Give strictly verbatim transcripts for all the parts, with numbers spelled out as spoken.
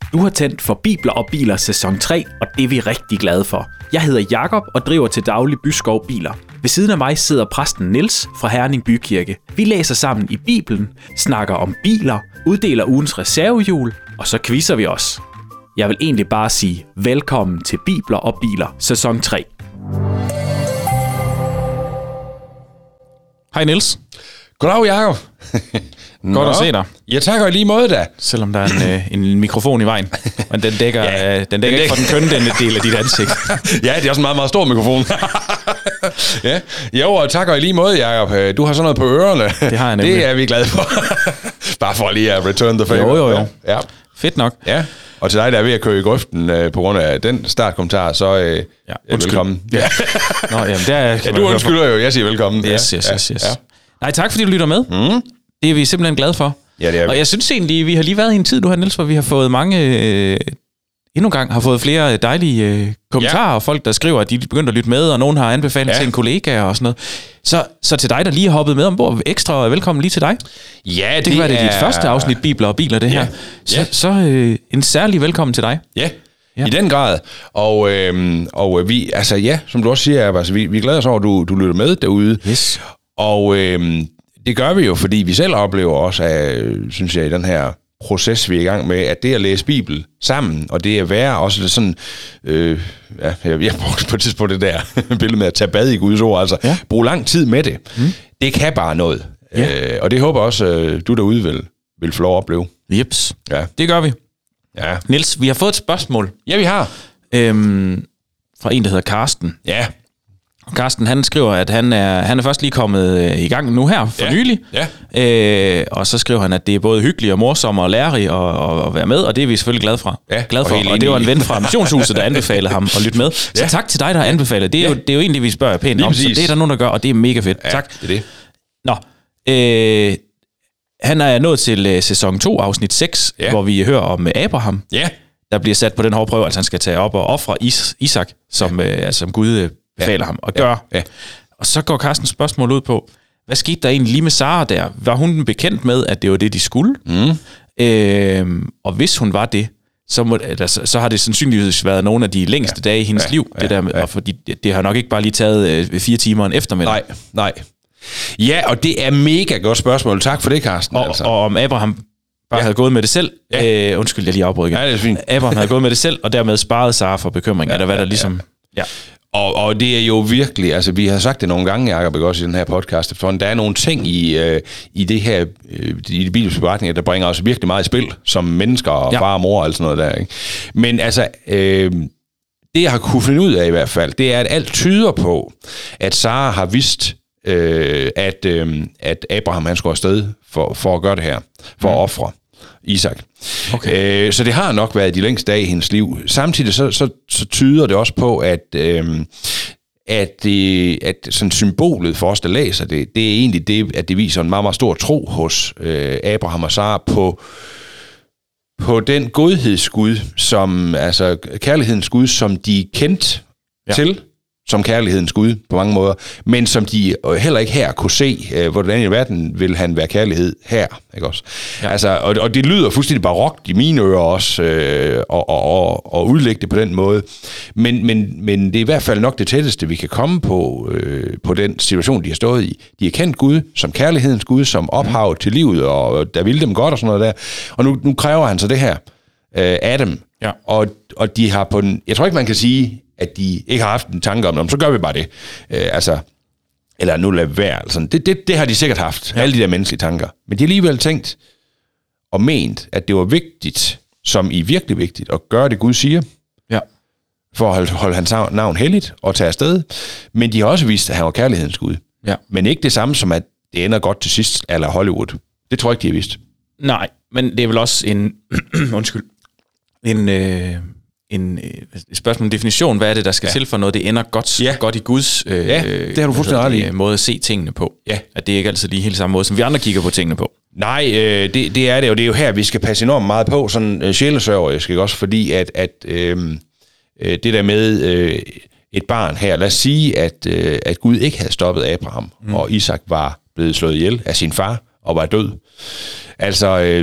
Du har tændt for Bibler og Biler sæson tre, og det er vi rigtig glade for. Jeg hedder Jakob og driver til daglig Byskov Biler. Ved siden af mig sidder præsten Niels fra Herning Bykirke. Vi læser sammen i Bibelen, snakker om biler, uddeler ugens reservehjul, og så quizzer vi os. Jeg vil egentlig bare sige velkommen til Bibler og Biler sæson tre. Hej Niels. Goddag, Jakob. Godt at se dig. Jeg takker i lige måde da. Selvom der er en, øh, en mikrofon i vejen, men den dækker, ja, øh, den dækker den ikke for den kønnende del af dit ansigt. Ja, det er også en meget, meget stor mikrofon. Ja. Jo, og takker i lige måde, Jakob. Du har sådan noget på ørerne. Det har jeg nemlig. Det er vi glade for. Bare for lige at return the favor. Jo, jo, jo. Ja. Fedt nok. Ja. Og til dig, der er ved at køre i grøften øh, på grund af den startkommentar, så øh, ja, velkommen. Ja. Nå, jamen, der er, ja, du undskylder jo, jeg siger velkommen. Yes, yes, yes, yes. Ja. Nej, tak fordi du lytter med. Mm. Det er vi simpelthen glade for. Ja, det er vi. Og jeg synes egentlig, vi har lige været i en tid, du har, Niels, hvor vi har fået mange, øh, endnu en gang har fået flere dejlige øh, kommentarer, ja. Og folk, der skriver, at de er begyndt at lytte med, og nogen har anbefalet ja. til en kollega og sådan noget. Så, så til dig, der lige har hoppet med ombord, ekstra velkommen lige til dig. Ja, det, det kan være, det er dit første afsnit Bibler og Biler, det her. Ja. Så, ja. så øh, en særlig velkommen til dig. Ja. Ja. I den grad. Og, øhm, og vi, altså ja, som du også siger, altså, vi, vi glæder os over, at du, du lytter med derude. Yes. Og øhm, det gør vi jo, fordi vi selv oplever også, at, synes jeg, i den her proces, vi er i gang med, at det at læse Bibel sammen, og det at være også det sådan, øh, ja, jeg, jeg brugte på et tidspunkt det der billede med at tage bad i Guds ord, altså ja. bruge lang tid med det. Mm. Det kan bare noget. Ja. Øh, og det håber også, øh, du derude vil, vil få lov at opleve. Jeps, ja. Det gør vi. Ja. Niels, vi har fået et spørgsmål. Ja, vi har. Øhm, fra en, der hedder Karsten. Ja. Karsten, han skriver, at han er, han er først lige kommet øh, i gang nu her for ja. nylig. Ja. Øh, og så skriver han, at det er både hyggeligt og morsomt og lærerigt at, at, at være med, og det er vi selvfølgelig glade for. Ja, glade for. Og, og det var en ven fra Missionshuset, der anbefalede ham at lytte med. Så ja. tak til dig, der har anbefalet. Det er, ja. jo, det er jo egentlig, vi spørger pænt lige om, præcis. Så det er der nogen, der gør, og det er mega fedt. Ja, tak. Det er det. Nå, øh, han er nået til øh, sæson to, afsnit seks, ja. hvor vi hører om Abraham. Ja. Der bliver sat på den hårde prøve, altså han skal tage op og ofre Is- Isak, som, ja. øh, altså, som Gud øh, befaler ja. ham at gøre. Ja. Ja. Og så går Karstens spørgsmål ud på, hvad skete der egentlig lige med Sara der? Var hun bekendt med, at det var det, de skulle? Mm. Øhm, og hvis hun var det, så, må, altså, så har det sandsynligvis været nogle af de længste ja. dage i hendes ja. liv. Det, ja. der med, ja. og fordi det, det har nok ikke bare lige taget øh, fire timer en eftermiddag. Nej, nej. Ja, og det er mega godt spørgsmål. Tak for det, Karsten. Og, altså. og om Abraham bare ja. havde gået med det selv. Ja. Øh, undskyld, jeg lige afbrød igen. Ja, det er fint. Abraham havde gået med det selv, og dermed sparet Sara for bekymring. Ja, eller hvad der ligesom... Ja. Og, og det er jo virkelig, altså vi har sagt det nogle gange, Jacob, også i den her podcast, for der er nogle ting i, øh, i det her, øh, i de bibelske beretninger, der bringer os virkelig meget i spil, som mennesker og ja. far og mor og alt sådan noget der, ikke? Men altså, øh, det jeg har kunne finde ud af i hvert fald, det er, at alt tyder på, at Sara har vidst, øh, at, øh, at Abraham han skulle afsted for, for at gøre det her, for mm. at ofre Isak. Okay. Øh, så det har nok været de længste dage i hendes liv. Samtidig så, så, så tyder det også på, at, øh, at, det, at sådan symbolet for os, der læser det, det er egentlig det, at det viser en meget, meget stor tro hos øh, Abraham og Sara på, på den godhedsgud, som, altså kærlighedens Gud, som de kendte ja. til, som kærlighedens Gud på mange måder, men som de heller ikke her kunne se, øh, hvordan i verden vil han være kærlighed her, ikke også? Ja. Altså, og, og det lyder fuldstændig barokt i mine ører også, øh, og, og, og, og udlægge det på den måde, men, men, men det er i hvert fald nok det tætteste, vi kan komme på, øh, på den situation, de har stået i. De har kendt Gud som kærlighedens Gud, som ophav til livet, og der ville dem godt og sådan noget der, og nu, nu kræver han så det her øh, af dem, ja. og, og de har på den, jeg tror ikke, man kan sige, at de ikke har haft en tanke om dem, så gør vi bare det. Øh, altså, eller nu lad være. Altså, det, det, det har de sikkert haft, ja. alle de der menneskelige tanker. Men de har alligevel tænkt og ment, at det var vigtigt, som i virkelig vigtigt, at gøre det Gud siger, ja. for at holde, holde hans navn helligt og tage afsted. Men de har også vist, at han var kærlighedens Gud. Ja. Men ikke det samme som, at det ender godt til sidst, eller Hollywood. Det tror jeg ikke, de har vist. Nej, men det er vel også en... undskyld. En... Øh en et spørgsmål om definition, hvad er det, der skal ja. til for noget, det ender godt, ja. godt i Guds øh, ja, det har du fuldstændig ret i. måde at se tingene på. Ja. At det er ikke altid lige helt samme måde, som vi andre kigger på tingene på. Nej, øh, det, det er det, og det er jo her, vi skal passe enormt meget på, sådan øh, sjælesørgerisk, ikke også, fordi at, at øh, det der med øh, et barn her, lad os sige, at, øh, at Gud ikke havde stoppet Abraham, mm. og Isak var blevet slået ihjel af sin far, og var død. Altså... Øh,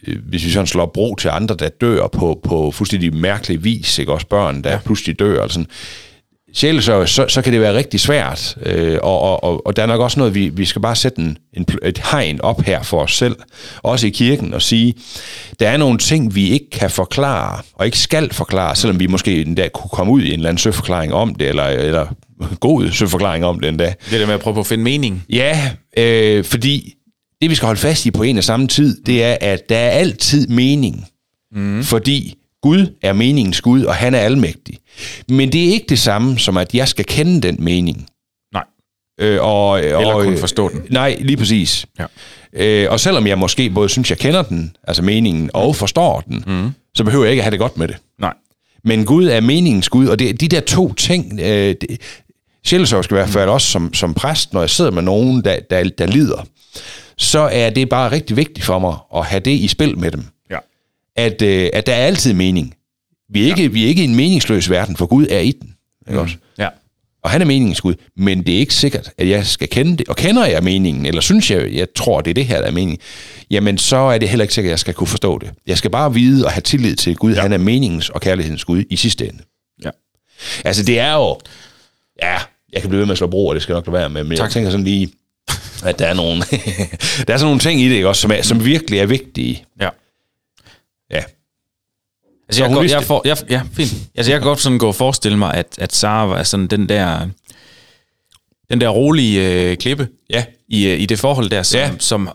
hvis vi sådan slår bro til andre, der dør på, på fuldstændig mærkelig vis, ikke? Også børn, der ja. pludselig dør, eller sådan. Sjælesørg, så, så kan det være rigtig svært, øh, og, og, og der er nok også noget, vi, vi skal bare sætte en, en, et hegn op her for os selv, også i kirken, og sige, der er nogle ting, vi ikke kan forklare, og ikke skal forklare, selvom vi måske endda kunne komme ud i en eller anden søforklaring om det, eller, eller god søforklaring om det endda. Det der med at prøve på at finde mening. Ja, øh, fordi det, vi skal holde fast i på en og samme tid, det er, at der er altid mening, mm. fordi Gud er meningens Gud, og han er almægtig. Men det er ikke det samme, som at jeg skal kende den mening. Nej. Øh, og, Eller og, kunne forstå den. Nej, lige præcis. Ja. Øh, og selvom jeg måske både synes, jeg kender den, altså meningen, og forstår den, mm. så behøver jeg ikke at have det godt med det. Nej. Men Gud er meningens Gud, og det, de der to ting, øh, sjælesørg skal i hvert fald også som, som præst, når jeg sidder med nogen, der, der, der lider, så er det bare rigtig vigtigt for mig at have det i spil med dem. Ja. At, øh, at der er altid mening. Vi er, ikke, ja. vi er ikke i en meningsløs verden, for Gud er i den. Ikke mm. også? Ja. Og han er meningens Gud, men det er ikke sikkert, at jeg skal kende det. Og kender jeg meningen, eller synes jeg, jeg tror, det er det her, der er meningen, jamen så er det heller ikke sikkert, at jeg skal kunne forstå det. Jeg skal bare vide og have tillid til Gud. Ja. Han er meningens og kærlighedens Gud i sidste ende. Ja. Altså det er jo, ja, jeg kan blive ved med at slå bro, og det skal nok være med, men tak. Jeg tænker sådan lige, at der er nogle, der er sådan nogle ting i det, ikke også, som, er, som virkelig er vigtige. Ja. Ja. Altså jeg, godt, jeg, får, jeg, ja, fint. Altså jeg kan godt sådan gå og forestille mig, at, at Sara var sådan den der, den der rolige øh, klippe ja. i, i det forhold der, som, ja. som,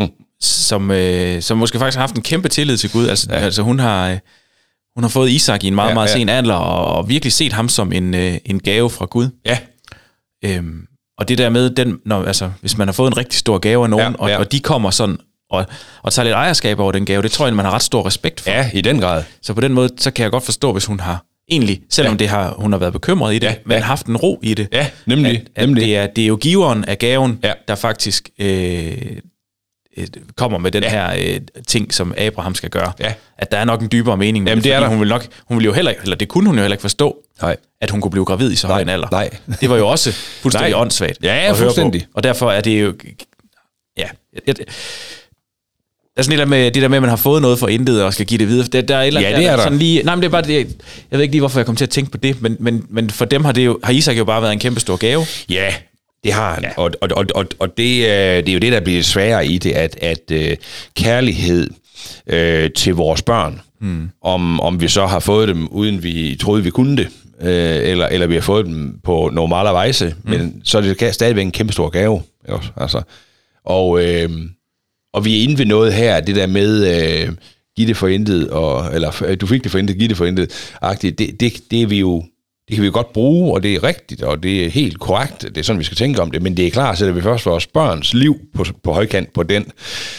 som, øh, som måske faktisk har haft en kæmpe tillid til Gud. Altså, ja. altså hun har, øh, hun har fået Isak i en meget, ja, meget ja. sen alder, og, og virkelig set ham som en, øh, en gave fra Gud. Ja. Øhm, og det der med, den, når, altså, hvis man har fået en rigtig stor gave af nogen, ja, ja. Og, og de kommer sådan og, og tager lidt ejerskab over den gave, det tror jeg, man har ret stor respekt for. Ja, i den grad. Så på den måde, så kan jeg godt forstå, hvis hun har egentlig, selvom ja. det har, hun har været bekymret i det, ja, men ja. haft en ro i det. Ja, nemlig. At, at nemlig. Det, er, det er jo giveren af gaven, ja. der faktisk øh, øh, kommer med den ja. her øh, ting, som Abraham skal gøre. Ja. At der er nok en dybere mening. Jamen, det er der. Hun vil nok, hun vil jo heller, eller det kunne hun jo heller ikke forstå, nej. at hun kunne blive gravid i så høj en alder. Nej. Det var jo også fuldstændig åndssvagt. Ja, ja, fuldstændig. Og derfor er det jo, ja, jeg, der er sådan et med det der med, at man har fået noget for intet og skal give det videre. Der, der er et eller andet, ja, det er der. Sådan lige, nej, men det er bare det, jeg ved ikke lige, hvorfor jeg kom til at tænke på det, men, men, men for dem har, det jo, har Isak jo bare været en kæmpe stor gave. Ja, det har han. Ja. Og, og, og, og, og det, det er jo det, der bliver sværere i det, at, at uh, kærlighed uh, til vores børn, hmm. om, om vi så har fået dem, uden vi troede, vi kunne det, uh, eller, eller vi har fået dem på normaler vejse, hmm. men så er det stadigvæk en kæmpe stor gave. Også, altså. Og... Uh, Og vi er inde ved noget her, det der med, øh, giv det for intet, og, eller du fik det for intet, giv det for intet, det, det, det, er vi jo, det kan vi jo godt bruge, og det er rigtigt, og det er helt korrekt, det er sådan, vi skal tænke om det, men det er klart, sætter vi først vores børns liv på, på højkant på den,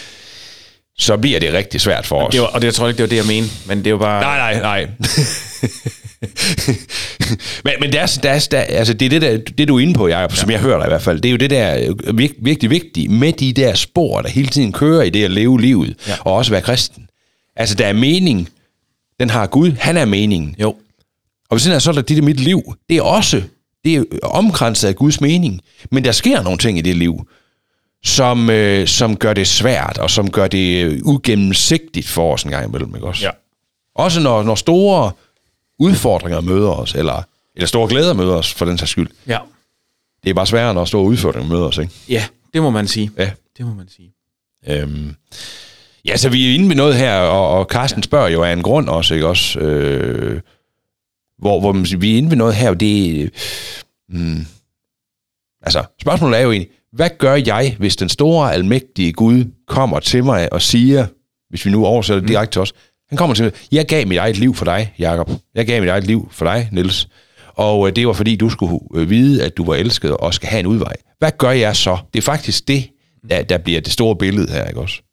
så bliver det rigtig svært for os. Det var, og det jeg tror ikke, det var det, jeg mente, men det er jo bare... Nej, nej, nej. men men der er, der er, der, altså det, er det, der, det du er inde på, Jacob, som ja. jeg hører dig i hvert fald, det er jo det der vir, virkelig vigtigt med de der spor, der hele tiden kører i det at leve livet, ja. og også være kristen. Altså der er mening, den har Gud, han er meningen. Jo. Og hvis det er så der, det er mit liv, det er også, det er omkranset af Guds mening, men der sker nogle ting i det liv, som, øh, som gør det svært, og som gør det ugennemsigtigt for os en gang imellem, ikke også? Ja. Også når, når store udfordringer møder os, eller, eller store glæder møder os, for den sags skyld. Ja. Det er bare sværere, når store udfordringer møder os, ikke? Ja, det må man sige. Ja. Det må man sige. Øhm, ja, så vi er inde ved noget her, og, og Carsten ja. spørger jo af en grund også, ikke også? Øh, hvor, hvor man siger, vi er inde ved noget her, og det... Hmm, altså, spørgsmålet er jo egentlig, hvad gør jeg, hvis den store, almægtige Gud kommer til mig og siger, hvis vi nu oversætter mm. direkte til os, han kommer til mig, jeg gav mit eget liv for dig, Jakob. Jeg gav mit eget liv for dig, Niels. Og det var fordi, du skulle vide, at du var elsket og skal have en udvej. Hvad gør jeg så? Det er faktisk det, der, der bliver det store billede her, ikke også?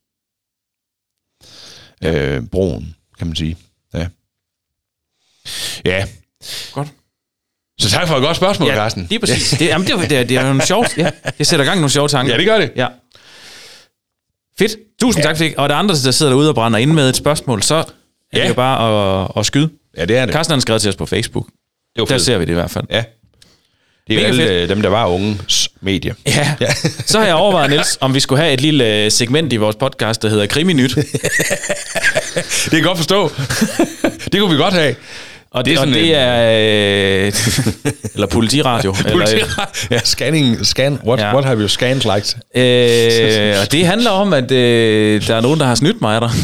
Øh, broen, kan man sige. Ja. Ja. Godt. Så tak for et godt spørgsmål, ja, Carsten. Det er præcis. Det, jamen, det, er, det, er, det er nogle sjovt. Ja. Jeg sætter i gang nogle sjove tanker. Ja, det gør det. Ja. Fedt. Tusind ja. tak, Fik. Og der er andre, der sidder derude og brænder ind med et spørgsmål, så er ja. det jo bare at, at skyde. Ja, det er det. Carsten har skrevet til os på Facebook. Der ser vi det i hvert fald. Ja. Det er jo alle fedt. Dem, der var unge medie. Ja, ja. Så har jeg overvejet, Niels, om vi skulle have et lille segment i vores podcast, der hedder Kriminyt. Det kan jeg godt forstå. Det kunne vi godt have. Og det, og det er... Øh, eller politiradio. Politiradio. Ja, scanning. Scan. What, ja. What have you scanned like? Øh, og det handler om, at øh, der er nogen, der har snydt mig af dig.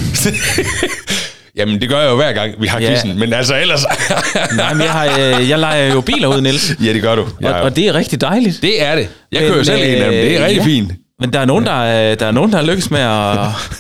Jamen, det gør jeg jo hver gang, vi har ja. quizzen, men altså ellers... Nej, men jeg, har, øh, jeg leger jo biler ud, Niels. Ja, det gør du. Og, og det er rigtig dejligt. Det er det. Jeg kører jo selv en af dem. Det er rigtig ja. fint. Men der er nogen, der, der er nogen, der har lykkes med at...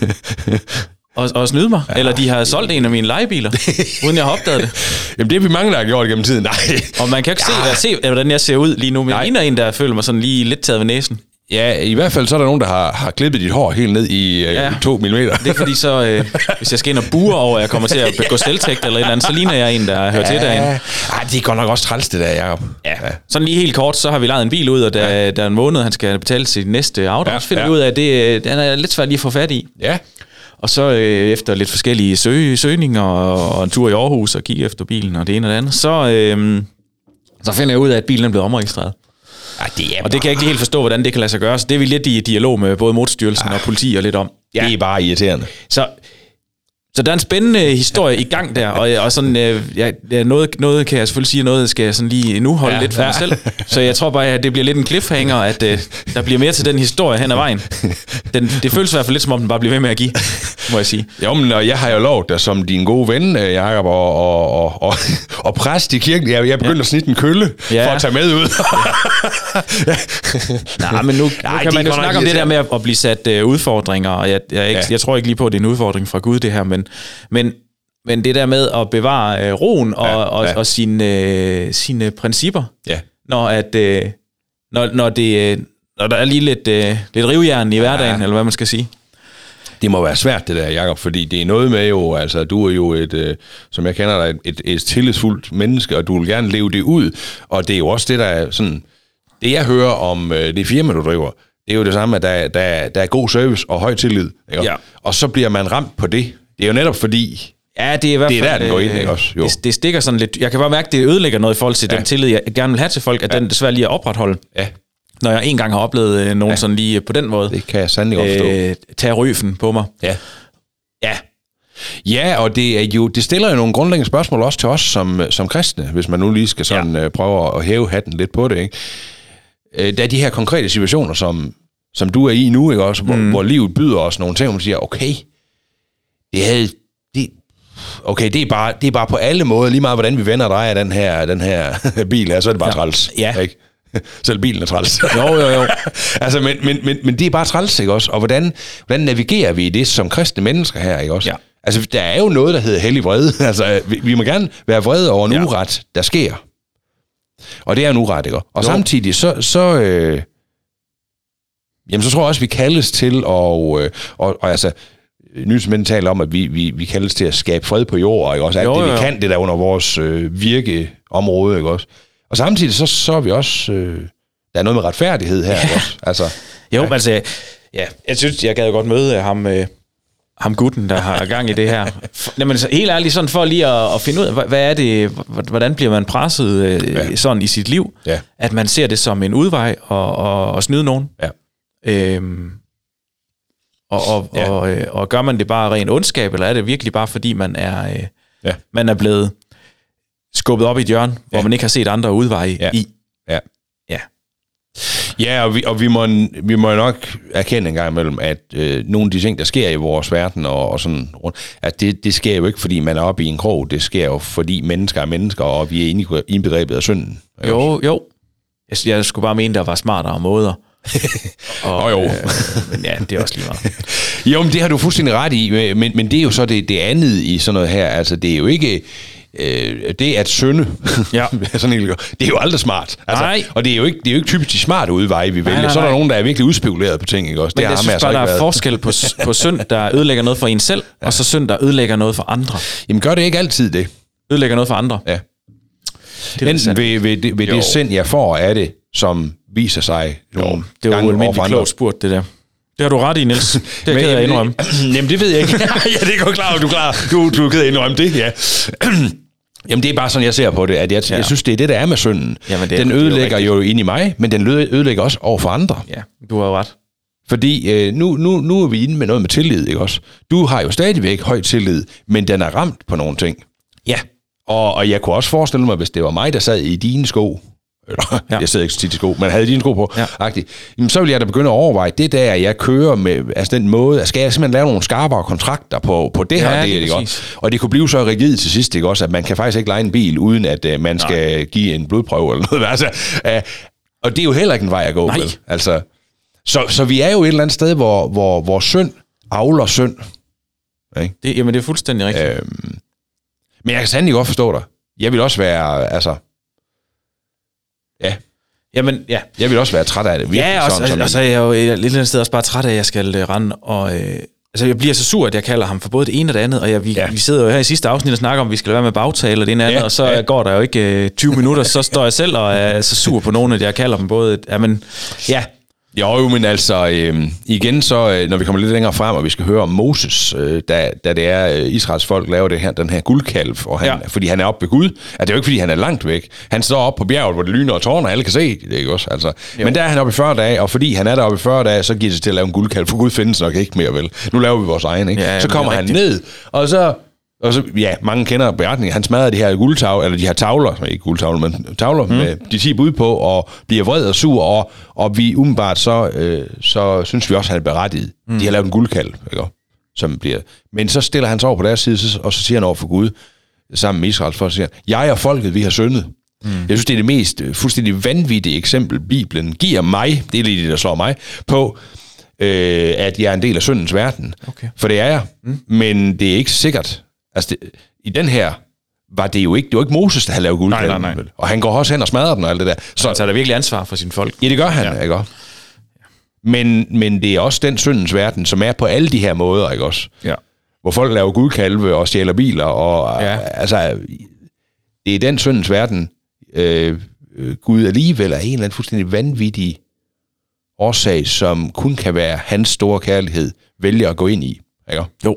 Og, og snyde mig. Ja. Eller de har solgt en af mine lejebiler, uden jeg har opdaget det. Jamen, det er vi mange, der har gjort gennem tiden. Nej. Og man kan ikke ja. se, se, hvordan jeg ser ud lige nu. Men jeg ligner en, der føler mig sådan lige lidt taget ved næsen. Ja, i hvert fald så er der nogen, der har, har klippet dit hår helt ned i øh, ja. to millimeter. Det er fordi så, øh, hvis jeg skal ind og bure over, at jeg kommer til at begå selvtægt eller et eller andet, så ligner jeg en, der hører ja. til derinde. Ej, det er godt nok også træls, det der, Jacob. Ja. ja. Sådan lige helt kort, så har vi lejet en bil ud, og der, ja. der er en måned, han skal betale sit næste auto. Ja. Så finder vi ja. ud af, at det, den er lidt svært lige at få fat i. Ja. Og så øh, efter lidt forskellige søg, søgninger og, og en tur i Aarhus og kigge efter bilen og det ene og det andet, så, øh, så finder jeg ud af, at bilen er blevet omregistreret. Ah, det er og det kan jeg ikke helt forstå, hvordan det kan lade sig gøre. Så det er vi lidt i dialog med både Motorstyrelsen ah, og politi og lidt om. Ja. Det er bare irriterende. Så, så der er en spændende historie i gang der, og, og sådan, øh, ja, noget, noget kan jeg selvfølgelig sige, noget skal jeg sådan lige nu holde ja, lidt for ja. mig selv. Så jeg tror bare, at det bliver lidt en cliffhanger, at øh, der bliver mere til den historie hen ad vejen. Den, det føles i hvert fald lidt, som om den bare bliver ved med at give, må jeg sige. Jo, men jeg har jo lovet dig som din gode ven, Jacob, og, og, og, og, og præst i kirken. Jeg, jeg begyndte ja. at snitte en kølle ja. for at tage med ud. Ja. Nej, men nu, Nej, nu kan man jo snakke om det der med at, at blive sat uh, udfordringer, og jeg, jeg, ikke, ja. jeg tror ikke lige på, at det er en udfordring fra Gud, det her, men Men, men det der med at bevare øh, roen og, ja, ja. og, og sine, øh, sine principper, ja. når, at, øh, når, når, det, øh, når der er lige lidt, øh, lidt rivjern i hverdagen, ja. eller hvad man skal sige. Det må være svært, det der, Jacob, fordi det er noget med jo, altså du er jo et, øh, som jeg kender dig, et, et, et tillidsfuldt menneske, og du vil gerne leve det ud, og det er jo også det, der er sådan, det jeg hører om øh, det firma, du driver, det er jo det samme, at der, der, der er god service og høj tillid, ikke? Ja. Og så bliver man ramt på det. Det er jo netop fordi, ja, det er, i hvert fald, det er der, den går ind, ikke også? Jo. Det, det stikker sådan lidt. Jeg kan bare mærke, at det ødelægger noget i forhold til ja. den tillid, jeg gerne vil have til folk, at ja. den desværre lige er opretholdt. Ja. Når jeg en gang har oplevet øh, nogen ja. sådan lige på den måde. Det kan jeg sandelig godt forstå. Øh, tage ryfen på mig. Ja. Ja. Ja, og det, er jo, det stiller jo nogle grundlæggende spørgsmål også til os som, som kristne, hvis man nu lige skal sådan ja. øh, prøve at hæve hatten lidt på det, ikke? Øh, der er de her konkrete situationer, som, som du er i nu, ikke også? Hvor, mm. hvor livet byder os nogle ting, hvor man siger, okay, det havde... Det, okay, det er, bare, det er bare på alle måder, lige meget hvordan vi vender og drejer den her, den her bil her, så er det bare ja. træls. Ja. Ikke? Selv bilen er træls. Jo, jo, jo. altså, men, men, men, men det er bare træls, ikke også? Og hvordan, hvordan navigerer vi i det som kristne mennesker her, ikke også? Ja. Altså, der er jo noget, der hedder hellig vrede. Altså, vi, vi må gerne være vrede over en ja. uret, der sker. Og det er en uret, ikke? Og jo. samtidig, så... så øh, jamen, så tror jeg også, vi kaldes til at... Og, og, og altså... Nyhedsmænd taler om, at vi, vi, vi kaldes til at skabe fred på jord, ikke også? Alt jo, det, vi jo. kan, det der under vores øh, virkeområde, ikke også? Og samtidig, så, så er vi også... Øh, der er noget med retfærdighed her, ja. ikke også? Altså, jo, ja. altså... Ja, jeg synes, jeg gad godt møde ham... Øh, ham gutten, der har gang i det her. Jamen, så helt ærligt, sådan for lige at, at finde ud af, hvad er det, hvordan bliver man presset øh, ja. sådan i sit liv, ja. at man ser det som en udvej og, og, og snyde nogen. Ja. Øhm, og, og, ja. og, og, og gør man det bare ren ondskab, eller er det virkelig bare fordi, man er, øh, ja. man er blevet skubbet op i et hjørne, ja. hvor man ikke har set andre udveje ja. i? Ja. Ja. Ja, og vi, og vi må, vi må nok erkende en gang imellem, at øh, nogle af de ting, der sker i vores verden, og, og sådan rundt, at det, det sker jo ikke, fordi man er oppe i en krog. Det sker jo, fordi mennesker er mennesker, og vi er inde i indbegrebet af synden. Jo, jo. Jeg, jeg skulle bare mene, der var smartere måder. og, oh, jo. Øh, men ja, det er også lige meget. Jo, men det har du fuldstændig ret i, men, men det er jo så det, det andet i sådan noget her. Altså, det er jo ikke... Øh, det at synde, ja. sådan en, det er jo aldrig smart. Altså, nej. Og det er jo ikke, det er jo ikke typisk de smarte udveje, vi vælger. Nej, nej, nej. Så er der nogen, der er virkelig udspekuleret på ting, ikke også? Men det jeg synes bare, der er været. forskel på, på synd, der ødelægger noget for en selv, ja. og så synd, der ødelægger noget for andre. Jamen gør det ikke altid det. Ødelægger noget for andre. Ja. Det enten ved, ved, det, ved det sind, jeg får af det, som viser sig nogle det var jo almindeligt klogt spurgt, det der. Det har du ret i, Niels. Det kan jeg indrømme. Jamen, det ved jeg ikke. Ja, det er godt klar, du er klar. Du, du er ked af at indrømme det, ja. Jamen, det er bare sådan, jeg ser på det, at jeg, ja. jeg synes, det er det, der er med synden. Jamen, det er, den ødelægger jo, jo ind i mig, men den ødelægger også over for andre. Ja, du har jo ret. Fordi øh, nu, nu, nu er vi inde med noget med tillid, ikke også? Du har jo stadigvæk høj tillid, men den er ramt på nogle ting. Ja. Og, og jeg kunne også forestille mig, hvis det var mig, der sad i dine sko, eller, ja. jeg sidder ikke så tit i sko, men havde dine sko på, ja. agtigt, jamen, så ville jeg da begynde at overveje, det der, jeg kører med, altså den måde, skal jeg simpelthen lave nogle skarpere kontrakter på, på det ja, her, det, ikke også? Og det kunne blive så rigidt til sidst, ikke også, at man kan faktisk ikke leje en bil, uden at uh, man skal Nej. give en blodprøve eller noget. Altså, uh, og det er jo heller ikke en vej at gå. Nej. Vel? Altså, så, så vi er jo et eller andet sted, hvor, hvor, hvor synd avler synd. Ikke? Det, jamen, det er fuldstændig rigtigt. Øhm, men jeg kan sandelig godt forstå dig. Jeg vil også være, altså... Ja. Jamen, ja. Jeg vil også være træt af det. Virkelig, ja, og, sådan, sådan, og så er jeg jo et lidt andet sted også bare træt af, at jeg skal uh, rende og... Øh, altså, jeg bliver så sur, at jeg kalder ham for både det ene og det andet, og jeg, vi, ja. vi sidder jo her i sidste afsnit og snakker om, at vi skal være med bagtale og det ene og andet, ja, og så ja. går der jo ikke uh, tyve minutter, så står jeg selv og er så sur på nogen, at jeg kalder dem både... Jamen, ja... Jo, jo, men altså, øh, igen så, øh, når vi kommer lidt længere frem, og vi skal høre om Moses, øh, da, da det er, øh, Israels folk laver det her, den her guldkalv, og han, ja. fordi han er oppe ved Gud. Altså, det er jo ikke, fordi han er langt væk. Han står oppe på bjerget, hvor det lyner og tårner, og alle kan se det, ikke også? Altså, men der er han oppe i fyrre dage, og fordi han er der oppe i fyrre dage, så giver det sig til at lave en guldkalv, for Gud findes nok ikke mere, vel? Nu laver vi vores egen, ikke? Ja, så kommer han ned, og så... Og så, ja, mange kender beretningen. Han smadrer de her guldtavler, eller de her tavler, ikke guldtavler, men tavler mm. med de ti bud på, og bliver vred og sur, og, og vi umiddelbart så, øh, så synes vi også, at han er berettiget. Mm. De har lavet en guldkalv, ikke? Som bliver. Men så stiller han sig over på deres side, og så siger han over for Gud, sammen med Israels folk, siger, jeg og folket, vi har syndet. Mm. Jeg synes, det er det mest fuldstændig vanvittige eksempel, Bibelen giver mig, det er lige det, der slår mig, på, øh, at jeg er en del af syndens verden. Okay. For det er jeg, mm. men det er ikke sikkert. Altså, det, i den her var det jo ikke, det var ikke Moses, der havde lavet guldkalven. Nej, nej, nej. Og han går også hen og smadrer den og alt det der. Så han tager der virkelig ansvar for sine folk. Ja, det gør han, ja. Ikke også? Men, men det er også den syndens verden, som er på alle de her måder, ikke også? Ja. Hvor folk laver guldkalve og stjæler biler, og ja. altså, det er den syndens verden, øh, Gud alligevel er en eller anden fuldstændig vanvittig årsag, som kun kan være hans store kærlighed, vælger at gå ind i, ikke? Jo.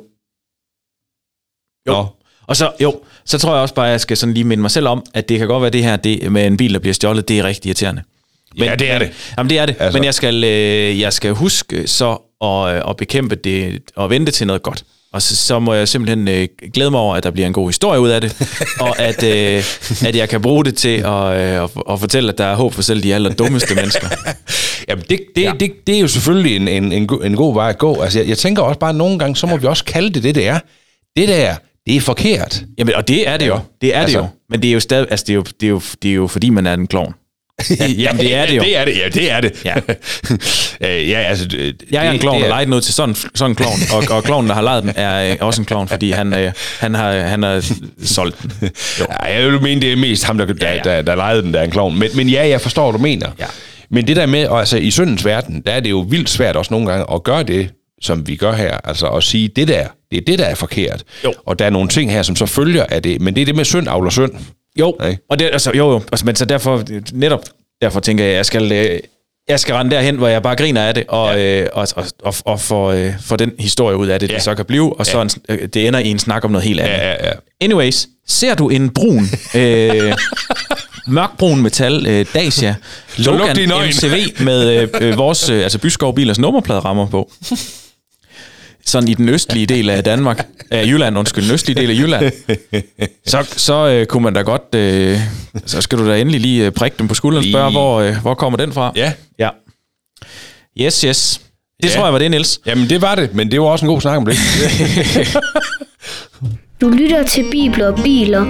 Jo. Nå. Og så, jo, så tror jeg også bare, at jeg skal sådan lige minde mig selv om, at det kan godt være det her det med en bil, der bliver stjålet, det er rigtig irriterende. Men, ja, det er det. Jamen, det er det. Altså. Men jeg skal, øh, jeg skal huske så at, at bekæmpe det og vente til noget godt. Og så, så må jeg simpelthen øh, glæde mig over, at der bliver en god historie ud af det, og at, øh, at jeg kan bruge det til at, øh, at, at fortælle, at der er håb for selv de aller dummeste mennesker. Jamen, det, det, ja. det, det er jo selvfølgelig en, en, en, en god vej at gå. Altså, jeg, jeg tænker også bare, at nogle gange, så må ja. vi også kalde det det, det er. Det der, det er forkert. Jamen, og det er det jo. Det er altså, det jo. Men det er jo stadig, altså, det er jo, det er jo, det er jo fordi, man er en klovn. Jamen, det er det jo. Det er det, ja, det er det. Ja, ja altså... Det, jeg er en klovn, der leger noget til sådan, sådan en klovn, og, og klovnen, der har lejet den, er også en klovn, fordi han, øh, han, har, han har solgt den. Jo. Ja, jeg vil mene, det er mest ham, der, der, ja, ja. der, der lejede den, der er en klovn. Men, men ja, jeg forstår, hvad du mener. Ja. Men det der med, altså i syndens verden, der er det jo vildt svært også nogle gange at gøre det, som vi gør her, altså at sige, det der, det er det, der er forkert. Jo. Og der er nogle ting her, som så følger af det, men det er det med synd avler synd. Jo, okay. og det, altså, jo, jo, altså, men så derfor, netop derfor tænker jeg, jeg skal, jeg skal rende derhen, hvor jeg bare griner af det, og, ja. øh, og, og, og, og få øh, for den historie ud af det, ja. det så kan blive, og så en, øh, det ender i en snak om noget helt andet. Ja, ja, ja. Anyways, ser du en brun, øh, mørkbrun metal, øh, Dacia, Logan M C V med øh, vores, øh, altså Byskov Bilers nummerpladerammer på, sådan i den østlige del af Danmark, af Jylland, undskyld, den østlige del af Jylland, så, så øh, kunne man da godt, øh, så skal du da endelig lige prikke dem på skulderen og spørge, hvor, øh, hvor kommer den fra? Ja. Ja. Yes, yes. Det ja. tror jeg var det, Niels. Jamen, det var det, men det var også en god snak om det. Du lytter til Bibler og Biler.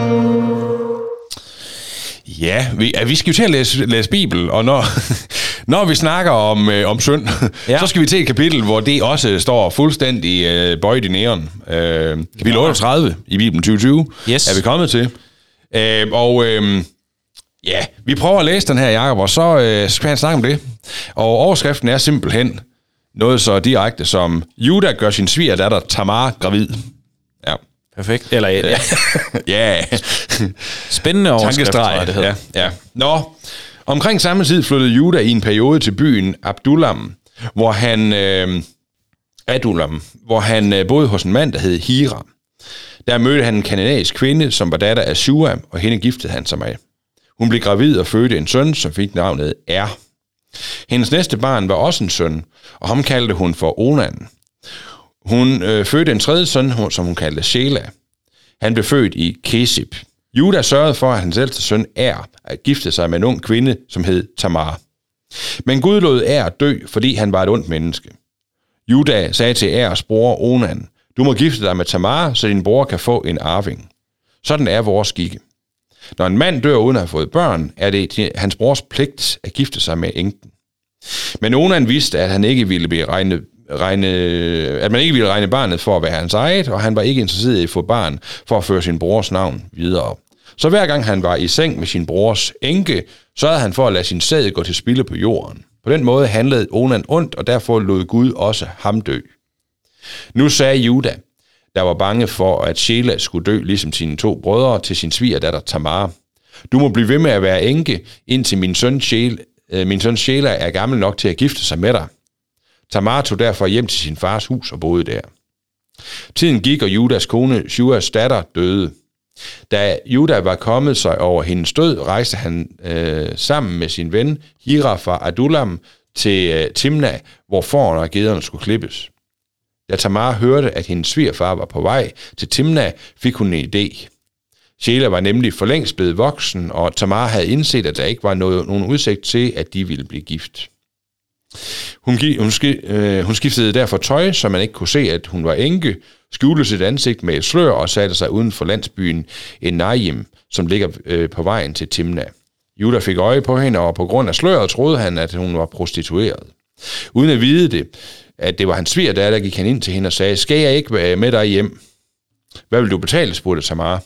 Ja, vi, vi skal jo til at læse, læse Bibel, og når, når vi snakker om, øh, om synd, ja. så skal vi til et kapitel, hvor det også står fuldstændig øh, bøjet i næren. Øh, kapitel otteogtredive i Bibelen tyve tyve yes. er vi kommet til. Øh, og øh, ja, vi prøver at læse den her, Jacob, og så øh, skal han snakke om det. Og overskriften er simpelthen noget så direkte som, Juda gør sin svigerdatter Tamar gravid. Ja. Perfekt. Eller ja. ja. Spændende overskrift, tror jeg, det hedder. Ja, ja. Nå, omkring samme tid flyttede Juda i en periode til byen Adullam, hvor han, øh, Adullam, hvor han øh, boede hos en mand, der hed Hiram. Der mødte han en kanadisk kvinde, som var datter af Shua, og hende giftede han sig med. Hun blev gravid og fødte en søn, som fik navnet Er. Hendes næste barn var også en søn, og ham kaldte hun for Onan. Hun øh, fødte en tredje søn, som hun kaldte Shela. Han blev født i Kesib. Juda sørgede for, at hans ældste søn Er at gifte sig med en ung kvinde, som hed Tamar. Men Gud lod Er dø, fordi han var et ondt menneske. Juda sagde til Ers bror Onan, du må gifte dig med Tamar, så din bror kan få en arving. Sådan er vores skikke. Når en mand dør uden at have fået børn, er det hans brors pligt at gifte sig med enken. Men Onan vidste, at han ikke ville blive regne, regne, at man ikke ville regne barnet for at være hans eget, og han var ikke interesseret i at få barn for at føre sin brors navn videre. Så hver gang han var i seng med sin brors enke, sørgede han for at lade sin sæd gå til spilde på jorden. På den måde handlede Onan ondt, og derfor lod Gud også ham dø. Nu sagde Juda, der var bange for, at Shela skulle dø ligesom sine to brødre, til sin svigerdatter Tamar. Du må blive ved med at være enke, indtil min søn Shela, øh, min søn Shela er gammel nok til at gifte sig med dig. Tamar tog derfor hjem til sin fars hus og boede der. Tiden gik, og Judas kone Shuas datter døde. Da Juda var kommet sig over hendes død, rejste han øh, sammen med sin ven Hira fra Adullam til øh, Timna, hvor fårene og gederne skulle klippes. Da Tamar hørte, at hendes svigerfar var på vej til Timna, fik hun en idé. Shela var nemlig for længst blevet voksen, og Tamar havde indset, at der ikke var noget, nogen udsigt til, at de ville blive gift. Hun, hun, øh, hun skiftede derfor tøj, så man ikke kunne se, at hun var enke, skjulte sit ansigt med et slør og satte sig uden for landsbyen Enajim, som ligger øh, på vejen til Timna. Juda fik øje på hende, og på grund af sløret troede han, at hun var prostitueret. Uden at vide det, at det var hans svigerdatter, gik han ind til hende og sagde, skal jeg ikke være med dig hjem? Hvad vil du betale, spurgte Tamar.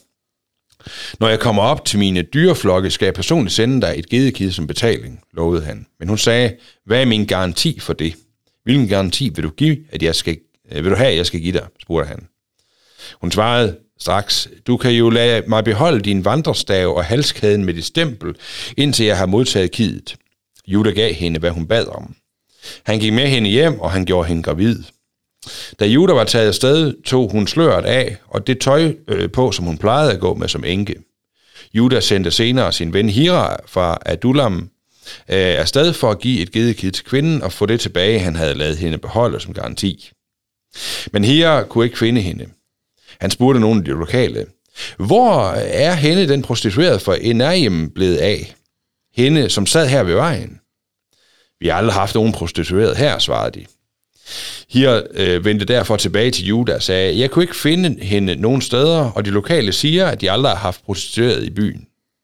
Når jeg kommer op til mine dyreflokke, skal jeg personligt sende dig et gedekid som betaling, lovede han. Men hun sagde, hvad er min garanti for det? Hvilken garanti vil du give, at jeg skal, vil du have, at jeg skal give dig, spurgte han. Hun svarede straks, du kan jo lade mig beholde din vandrestav og halskæden med dit stempel, indtil jeg har modtaget kidet. Juda gav hende, hvad hun bad om. Han gik med hende hjem, og han gjorde hende gravid. Da Juda var taget afsted, tog hun sløret af, og det tøj øh, på, som hun plejede at gå med som enke. Juda sendte senere sin ven Hira fra Adullam øh, afsted for at give et gedekid til kvinden og få det tilbage, han havde ladet hende beholde som garanti. Men Hira kunne ikke finde hende. Han spurgte nogle af de lokale, hvor er hende, den prostituerede fra Enajim, blevet af? Hende, som sad her ved vejen. Vi har aldrig haft nogen prostitueret her, svarede de. Hira øh, vendte derfor tilbage til Juda og sagde, jeg kunne ikke finde hende nogen steder, og de lokale siger, at de aldrig har haft prostitueret i byen.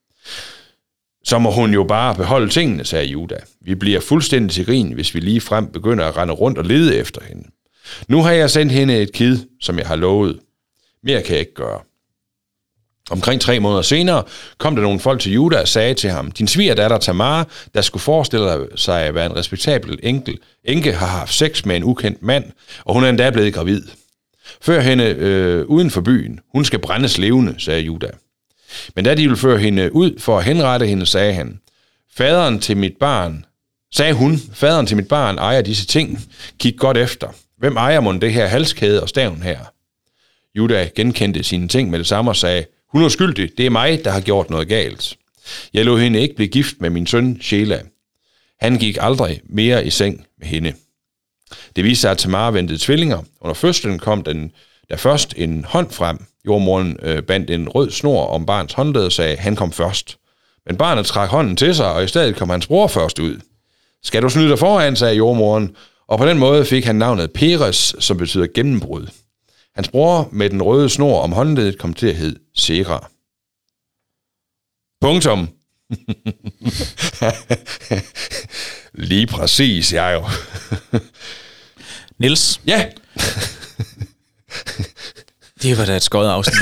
Så må hun jo bare beholde tingene, sagde Juda. Vi bliver fuldstændig til grin, hvis vi lige frem begynder at rende rundt og lede efter hende. Nu har jeg sendt hende et kid, som jeg har lovet. Mere kan jeg ikke gøre. Omkring tre måneder senere kom der nogle folk til Juda og sagde til ham, din svigerdatter Tamar, der skulle forestille sig at være en respektabel enkel, enke, har haft sex med en ukendt mand, og hun er endda blevet gravid. Før hende øh, uden for byen. Hun skal brændes levende, sagde Juda. Men da de ville føre hende ud for at henrette hende, sagde han, faderen til mit barn, sagde hun, faderen til mit barn ejer disse ting. Kig godt efter. Hvem ejer mon det her halskæde og staven her? Juda genkendte sine ting med det samme og sagde, hun er skyldig, det er mig, der har gjort noget galt. Jeg lod hende ikke blive gift med min søn Shela. Han gik aldrig mere i seng med hende. Det viste sig, at Tamar ventede tvillinger. Under fødslen kom den, der først en hånd frem. Jordmoren øh, bandt en rød snor om barns håndled og sagde, han kom først. Men barnet trak hånden til sig, og i stedet kom hans bror først ud. Skal du snyde dig foran, sagde jordmoren, og på den måde fik han navnet Peres, som betyder gennembrud. Hans bror med den røde snor om håndledet kom til at hedde Sera. Punktum. Lige præcis, jeg jo. Niels? Ja. Det var da et skøjet afsnit.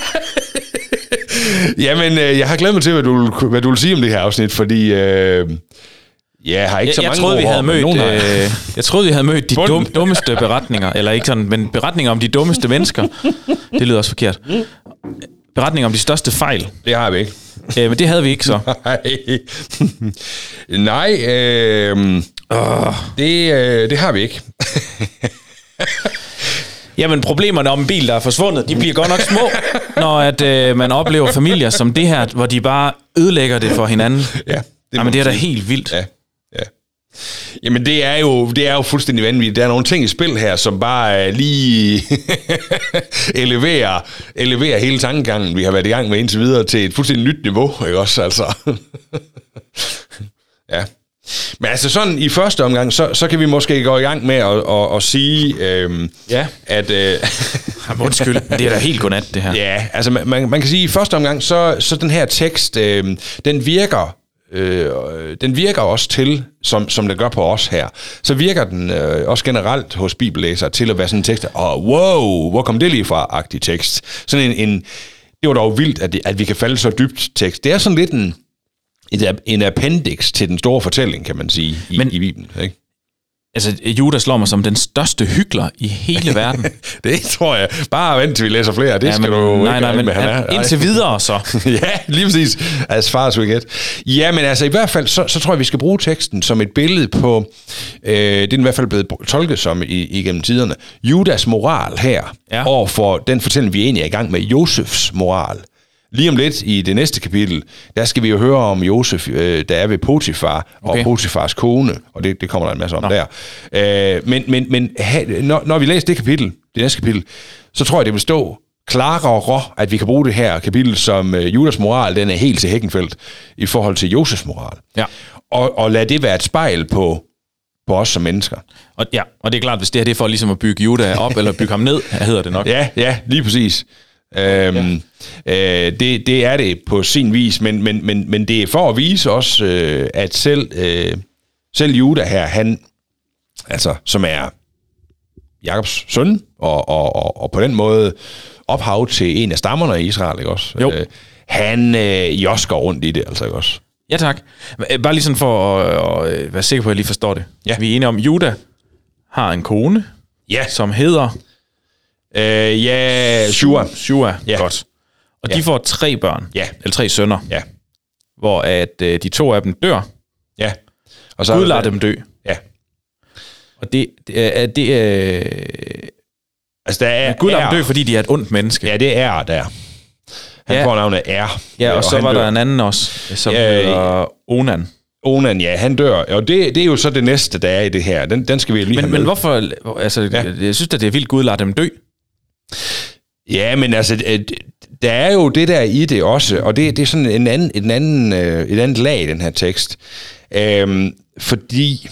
Jamen, øh, jeg har glædet mig til, hvad du, hvad du vil sige om det her afsnit, fordi øh, jeg har ikke jeg, så mange jeg troede, vi havde mødt, øh, jeg troede, vi havde mødt de dum, dummeste beretninger, eller ikke sådan, men beretninger om de dummeste mennesker. Det lyder også forkert. Beretninger om de største fejl. Det har vi ikke. Øh, men det havde vi ikke så. Nej. Nej, øh, oh. det, øh, det har vi ikke. Jamen, problemerne om en bil, der er forsvundet, de bliver godt nok små, når at, øh, man oplever familier som det her, hvor de bare ødelægger det for hinanden. Ja, det, Jamen, det er da helt vildt. Ja, ja. Jamen, det er jo, det er jo fuldstændig vanvittigt. Der er nogle ting i spil her, som bare lige eleverer, eleverer hele tankegangen, vi har været i gang med indtil videre, til et fuldstændig nyt niveau, ikke også? Altså. Ja. Men altså sådan i første omgang, så, så kan vi måske gå i gang med at, at, at sige, øhm, ja. at... Øh, Jamen, undskyld, det er da helt godnat, det her. Ja, altså man, man kan sige, at i første omgang, så, så den her tekst, øh, den virker... Øh, den virker også til, som, som det gør på os her, så virker den øh, også generelt hos bibellæsere til at være sådan en tekst, og wow, hvor kom det lige fra, agtig tekst. Sådan en, en det var dog vildt, at, det, at vi kan falde så dybt tekst. Det er sådan lidt en, en appendix til den store fortælling, kan man sige, i, Men, i Bibelen, ikke? Altså, Judas slår mig som den største hykler i hele verden. Det tror jeg. Bare vent til vi læser flere. Det ja, skal men, du nej, ikke nej, men med, han er. Indtil videre, så. Ja, lige præcis. As far as we get. Ja, men altså i hvert fald, så, så tror jeg, vi skal bruge teksten som et billede på, øh, det er i hvert fald blevet tolket som i, igennem tiderne, Judas moral her, ja. over for den fortælling, vi egentlig er i gang med, Josefs moral. Lige om lidt i det næste kapitel, der skal vi jo høre om Josef, øh, der er ved Potifar, okay. og Potifars kone, og det, det kommer der en masse om Nå. der. Øh, men men, men ha, når, når vi læser det kapitel, det næste kapitel, så tror jeg, det vil stå klarere, at vi kan bruge det her kapitel som øh, Judas moral, den er helt til Hækkenfeldt i forhold til Josefs moral. Ja. Og, og lad det være et spejl på, på os som mennesker. Og, ja, og det er klart, hvis det her det er for ligesom at bygge Judas op, eller bygge ham ned, hedder det nok. Ja, ja, lige præcis. Øhm, ja. øh, det, det er det på sin vis, men, men, men, men det er for at vise os, øh, at selv, øh, selv Juda her, han, altså, som er Jakobs søn, og, og, og, og på den måde ophav til en af stammerne i Israel, ikke også? Jo. Øh, han øh, josker rundt i det, altså, ikke også? Ja, tak. Bare lige sådan for at, at være sikker på, at jeg lige forstår det. Ja. Vi er enige om, Juda har en kone, ja. som hedder... Øh, ja, Shua. Shua, ja. Godt. Og ja. de får tre børn, ja. eller tre sønner, ja. hvor at øh, de to af dem dør. Ja. Og så Gud lader dem dø. Ja. Og det, det er... Det, øh, altså, der er... Gud lader dem dø, fordi de er et ondt menneske. Ja, det er der. Han ja. får navnet Er. Ja, og, og så var dør. der en anden også, som ja, hedder Onan. Onan, ja, han dør. Og det, det er jo så det næste, der er i det her. Den, den skal vi lige men, have Men med. hvorfor... Altså, ja. Jeg synes, at det er vildt, Gud lader dem dø. Ja, men altså, der er jo det der i det også, og det, det er sådan en anden, en anden, et andet lag i den her tekst. Øhm, fordi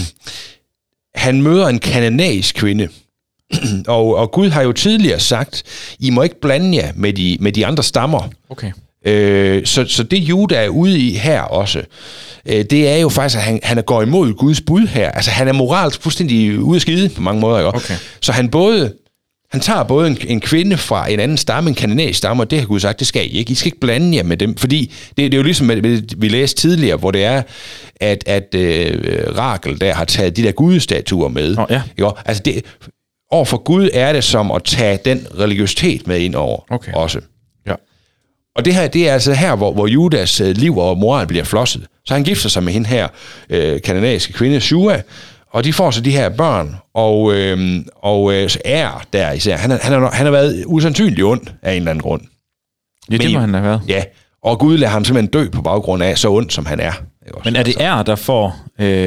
han møder en kananæisk kvinde, og, og Gud har jo tidligere sagt, I må ikke blande jer med de, med de andre stammer. Okay. Øh, så, så det Juda er ude i her også, øh, det er jo faktisk, at han, han går imod Guds bud her. Altså han er moralsk fuldstændig ude af skide på mange måder. Ikke? Okay. Så han både... Han tager både en, en kvinde fra en anden stamme, en kananæisk stamme, og det har Gud sagt, det skal I ikke. I skal ikke blande jer med dem, fordi det, det er jo ligesom, vi læste tidligere, hvor det er, at, at øh, Rakel der har taget de der gudestatuer med. Oh, ja. Jo, altså det, overfor Gud er det som at tage den religiøsitet med ind over okay. også. Ja. Og det her, det er altså her, hvor, hvor Judas liv og moral bliver flosset. Så han gifter sig med hende her, øh, kananæiske kvinde, Shua, og de får så de her børn, og, øh, og øh, så er der især. Han, han, har, han har været usandsynligt ond af en eller anden grund. Ja, det må han have været. Ja, og Gud lader ham simpelthen dø på baggrund af så ond, som han er. Men er det Er, der får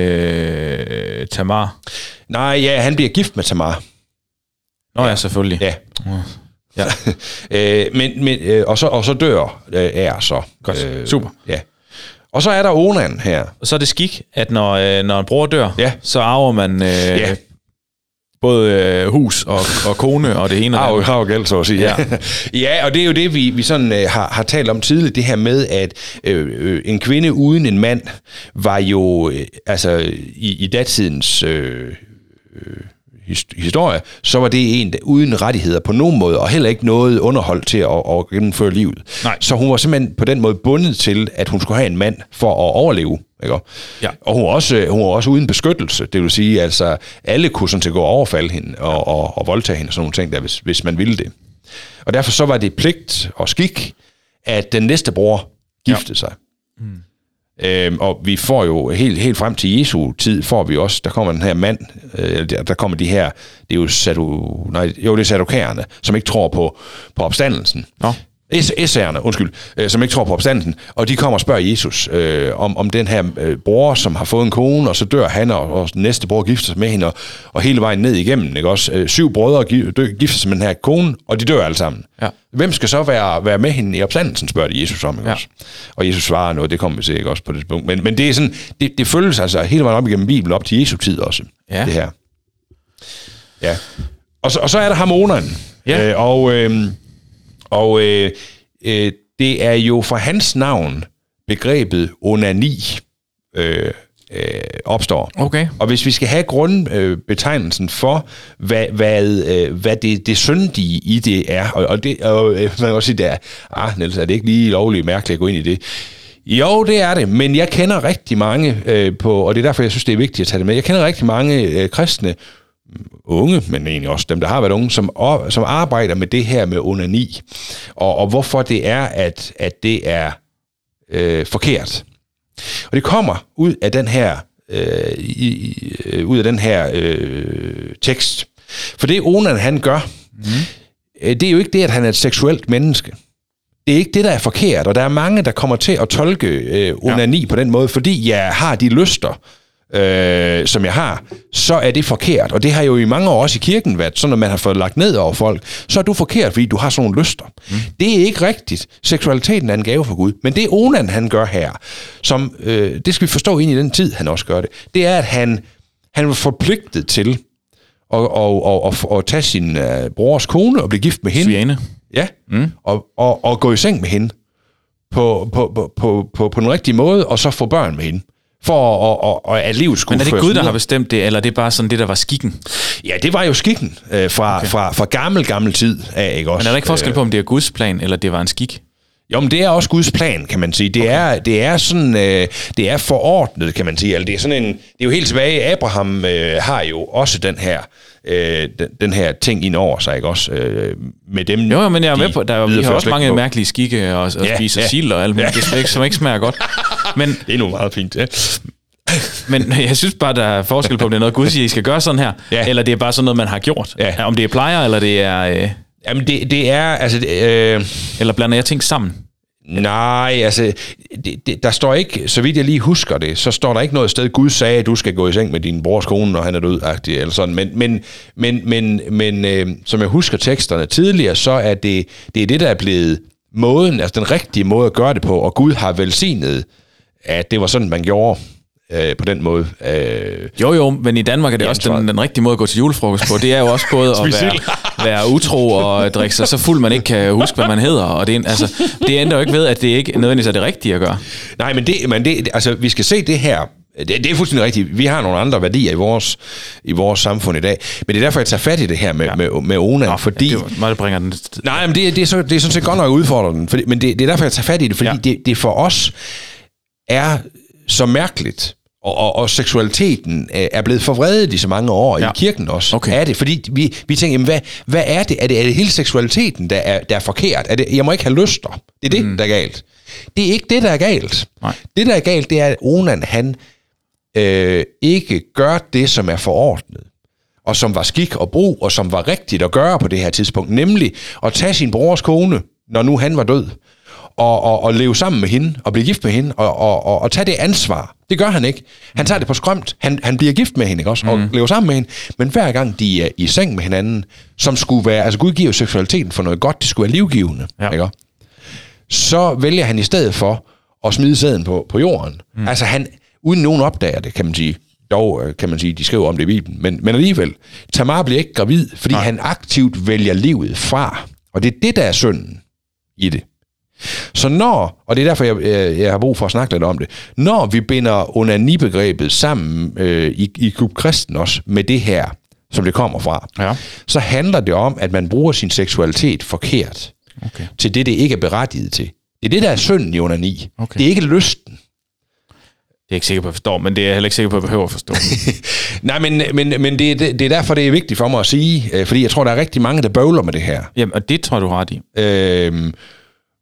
øh, Tamar? Nej, ja, han bliver gift med Tamar. Nå ja, ja selvfølgelig. Ja. ja. øh, men, men, øh, og, så, og så dør øh, Er så. Godt, øh, super. Ja. Og så er der Onan her. Og så er det skik, at når, øh, når en bror dør, ja. så arver man øh, ja. både øh, hus og, og kone og det ene og det andet. Arv og gæld, så at sige. Ja. Ja, og det er jo det, vi, vi sådan, øh, har, har talt om tidligere, det her med, at øh, øh, en kvinde uden en mand var jo, øh, altså i, i datidens øh, øh, historie, så var det en uden rettigheder på nogen måde, og heller ikke noget underhold til at, at gennemføre livet. Nej. Så hun var simpelthen på den måde bundet til, at hun skulle have en mand for at overleve. Ikke? Ja. Og hun var, også, hun var også uden beskyttelse, det vil sige, altså alle kunne sådan til gå og overfalde hende og, og, og voldtage hende og sådan nogle ting, der, hvis, hvis man ville det. Og derfor så var det pligt og skik, at den næste bror giftede sig. Mm. Øhm, og vi får jo helt, helt frem til Jesu tid, får vi også, der kommer den her mand, øh, der, der kommer de her, det er jo, sadu, nej, jo det er sadukærerne, som ikke tror på, på opstandelsen. Nå. Esserne, undskyld, øh, som ikke tror på opstandelsen, og de kommer og spørger Jesus øh, om, om den her øh, bror, som har fået en kone, og så dør han, og, og den næste bror gifter sig med hende, og, og hele vejen ned igennem, ikke også? Øh, syv brødre gifter sig med den her kone, og de dør alle sammen. Ja. Hvem skal så være, være med hende i opstandelsen, spørger de Jesus om, ikke ja. også? Og Jesus svarer noget, det kommer vi til, ikke også, på det punkt. Men, men det er sådan, det, det følges altså hele vejen op igennem Bibelen, op til Jesu tid også, ja. det her. Ja. Og så, og så er der harmoneren. Ja. Øh, og... Øh, Og øh, øh, det er jo fra hans navn, begrebet onani øh, øh, opstår. Okay. Og hvis vi skal have grundbetegnelsen øh, for, hvad, hvad, øh, hvad det, det syndige i det er, og, og, det, og øh, man kan også sige, der, ah, Niels, er det ikke lige lovligt mærkeligt at gå ind i det? Jo, det er det, men jeg kender rigtig mange øh, på, og det er derfor, jeg synes, det er vigtigt at tage det med. Jeg kender rigtig mange øh, kristne, unge, men egentlig også dem, der har været unge, som, som arbejder med det her med onani, og, og hvorfor det er, at, at det er øh, forkert. Og det kommer ud af den her, øh, i, øh, ud af den her øh, tekst. For det Onan, han gør, mm. øh, det er jo ikke det, at han er et seksuelt menneske. Det er ikke det, der er forkert, og der er mange, der kommer til at tolke øh, onani ja. på den måde, fordi jeg har de lyster, Øh, som jeg har, så er det forkert. Og det har jo i mange år også i kirken været, så når man har fået lagt ned over folk, så er du forkert, fordi du har sådan nogle lyster. Mm. Det er ikke rigtigt. Seksualiteten er en gave fra Gud. Men det Onan, han gør her, som, øh, det skal vi forstå ind i den tid, han også gør det, det er, at han, han var forpligtet til at, at, at, at, at tage sin uh, brors kone og blive gift med hende. Sviane. Ja, mm. og, og, og gå i seng med hende på, på, på, på, på, på den rigtige måde, og så få børn med hende. For at, at, at, at livet skulle. Men er det Gud, der har bestemt det, eller er det bare sådan det, der var skikken? Ja, det var jo skikken øh, fra, okay. fra, fra gammel, gammel tid af, ikke også? Men er der ikke forskel på, om det er Guds plan, eller det var en skik? Jo, men det er også Guds plan, kan man sige. Det, okay. er, det er sådan, øh, det er forordnet, kan man sige. Altså, det er sådan en, det er jo helt tilbage. Abraham øh, har jo også den her, øh, den, den her ting ind over sig, ikke også? Øh, med dem. Jo, jo, men jeg er med på, der er, vi har også mange på. mærkelige skikke og, og ja, spiser ja. sild og alt muligt, ja. som ikke smager godt. Men det er nu meget fint, ja. Men jeg synes bare, der er forskel på, om det er noget, Gud siger, I skal gøre sådan her, ja. eller det er bare sådan noget, man har gjort. Ja. Om det er plejer, eller det er... Øh... Jamen, det, det er... altså det, øh... Eller blander jeg ting sammen? Nej, altså, det, det, der står ikke, så vidt jeg lige husker det, så står der ikke noget sted, Gud sagde, at du skal gå i seng med din brors kone, når han er død, eller sådan. Men, men, men, men, men øh, som jeg husker teksterne tidligere, så er det, det er det, der er blevet måden, altså den rigtige måde at gøre det på, og Gud har velsignet, at det var sådan, man gjorde øh, på den måde. Øh, jo, jo, men i Danmark er det også den, den rigtige måde at gå til julefrokost på. Det er jo også både at være, være utro og drikke sig så fuld, man ikke kan huske, hvad man hedder. Og det, er, altså, det ændrer jo ikke ved, at det ikke nødvendigvis er det rigtige at gøre. Nej, men, det, men det, altså, vi skal se det her. Det, det er fuldstændig rigtigt. Vi har nogle andre værdier i vores, i vores samfund i dag. Men det er derfor, jeg tager fat i det her med, ja. med, med Onan. Nå, fordi, det, var, det bringer den. Nej, men det, det, er så, det er sådan set godt nok udfordrende. Fordi, men det, det er derfor, jeg tager fat i det. Fordi ja. det, det for os er så mærkeligt. Og, og, og seksualiteten er blevet forvredet i så mange år, ja. i kirken også, okay. er det. Fordi vi, vi tænker, jamen, hvad, hvad er det? Er det, er det hele seksualiteten, der er, der er forkert? Er det, jeg må ikke have lyster. Det er det, mm. der er galt. Det er ikke det, der er galt. Nej. Det, der er galt, det er, at Onan, han øh, ikke gør det, som er forordnet, og som var skik og brug, og som var rigtigt at gøre på det her tidspunkt, nemlig at tage sin brors kone, når nu han var død, Og, og, og leve sammen med hende, og blive gift med hende, og, og, og, og tage det ansvar. Det gør han ikke. Han tager det på skrømt. Han, han bliver gift med hende, ikke også? Mm. Og lever sammen med hende. Men hver gang de er i seng med hinanden, som skulle være... Altså Gud giver jo seksualiteten for noget godt, det skulle være livgivende, ja. ikke? Så vælger han i stedet for at smide sæden på, på jorden. Mm. Altså han, uden nogen opdager det, kan man sige. Dog kan man sige, de skriver om det i Bibelen. Men, men alligevel, Tamar bliver ikke gravid, fordi Nej. han aktivt vælger livet fra. Og det er det, der er synden i det. Så når, og det er derfor, jeg, jeg har brug for at snakke lidt om det, når vi binder onani-begrebet sammen øh, i, i Klub Kristen også med det her, som det kommer fra, ja. så handler det om, at man bruger sin seksualitet forkert okay. til det, det ikke er berettiget til. Det er det, der er synden i onani. Okay. Det er ikke lysten. Det er jeg ikke sikker på, at jeg forstår, men det er jeg heller ikke sikker på, at jeg behøver at forstå. Nej, men, men, men det, det, det er derfor, det er vigtigt for mig at sige, fordi jeg tror, der er rigtig mange, der bøvler med det her. Jamen, og det tror du har ret i. Øhm,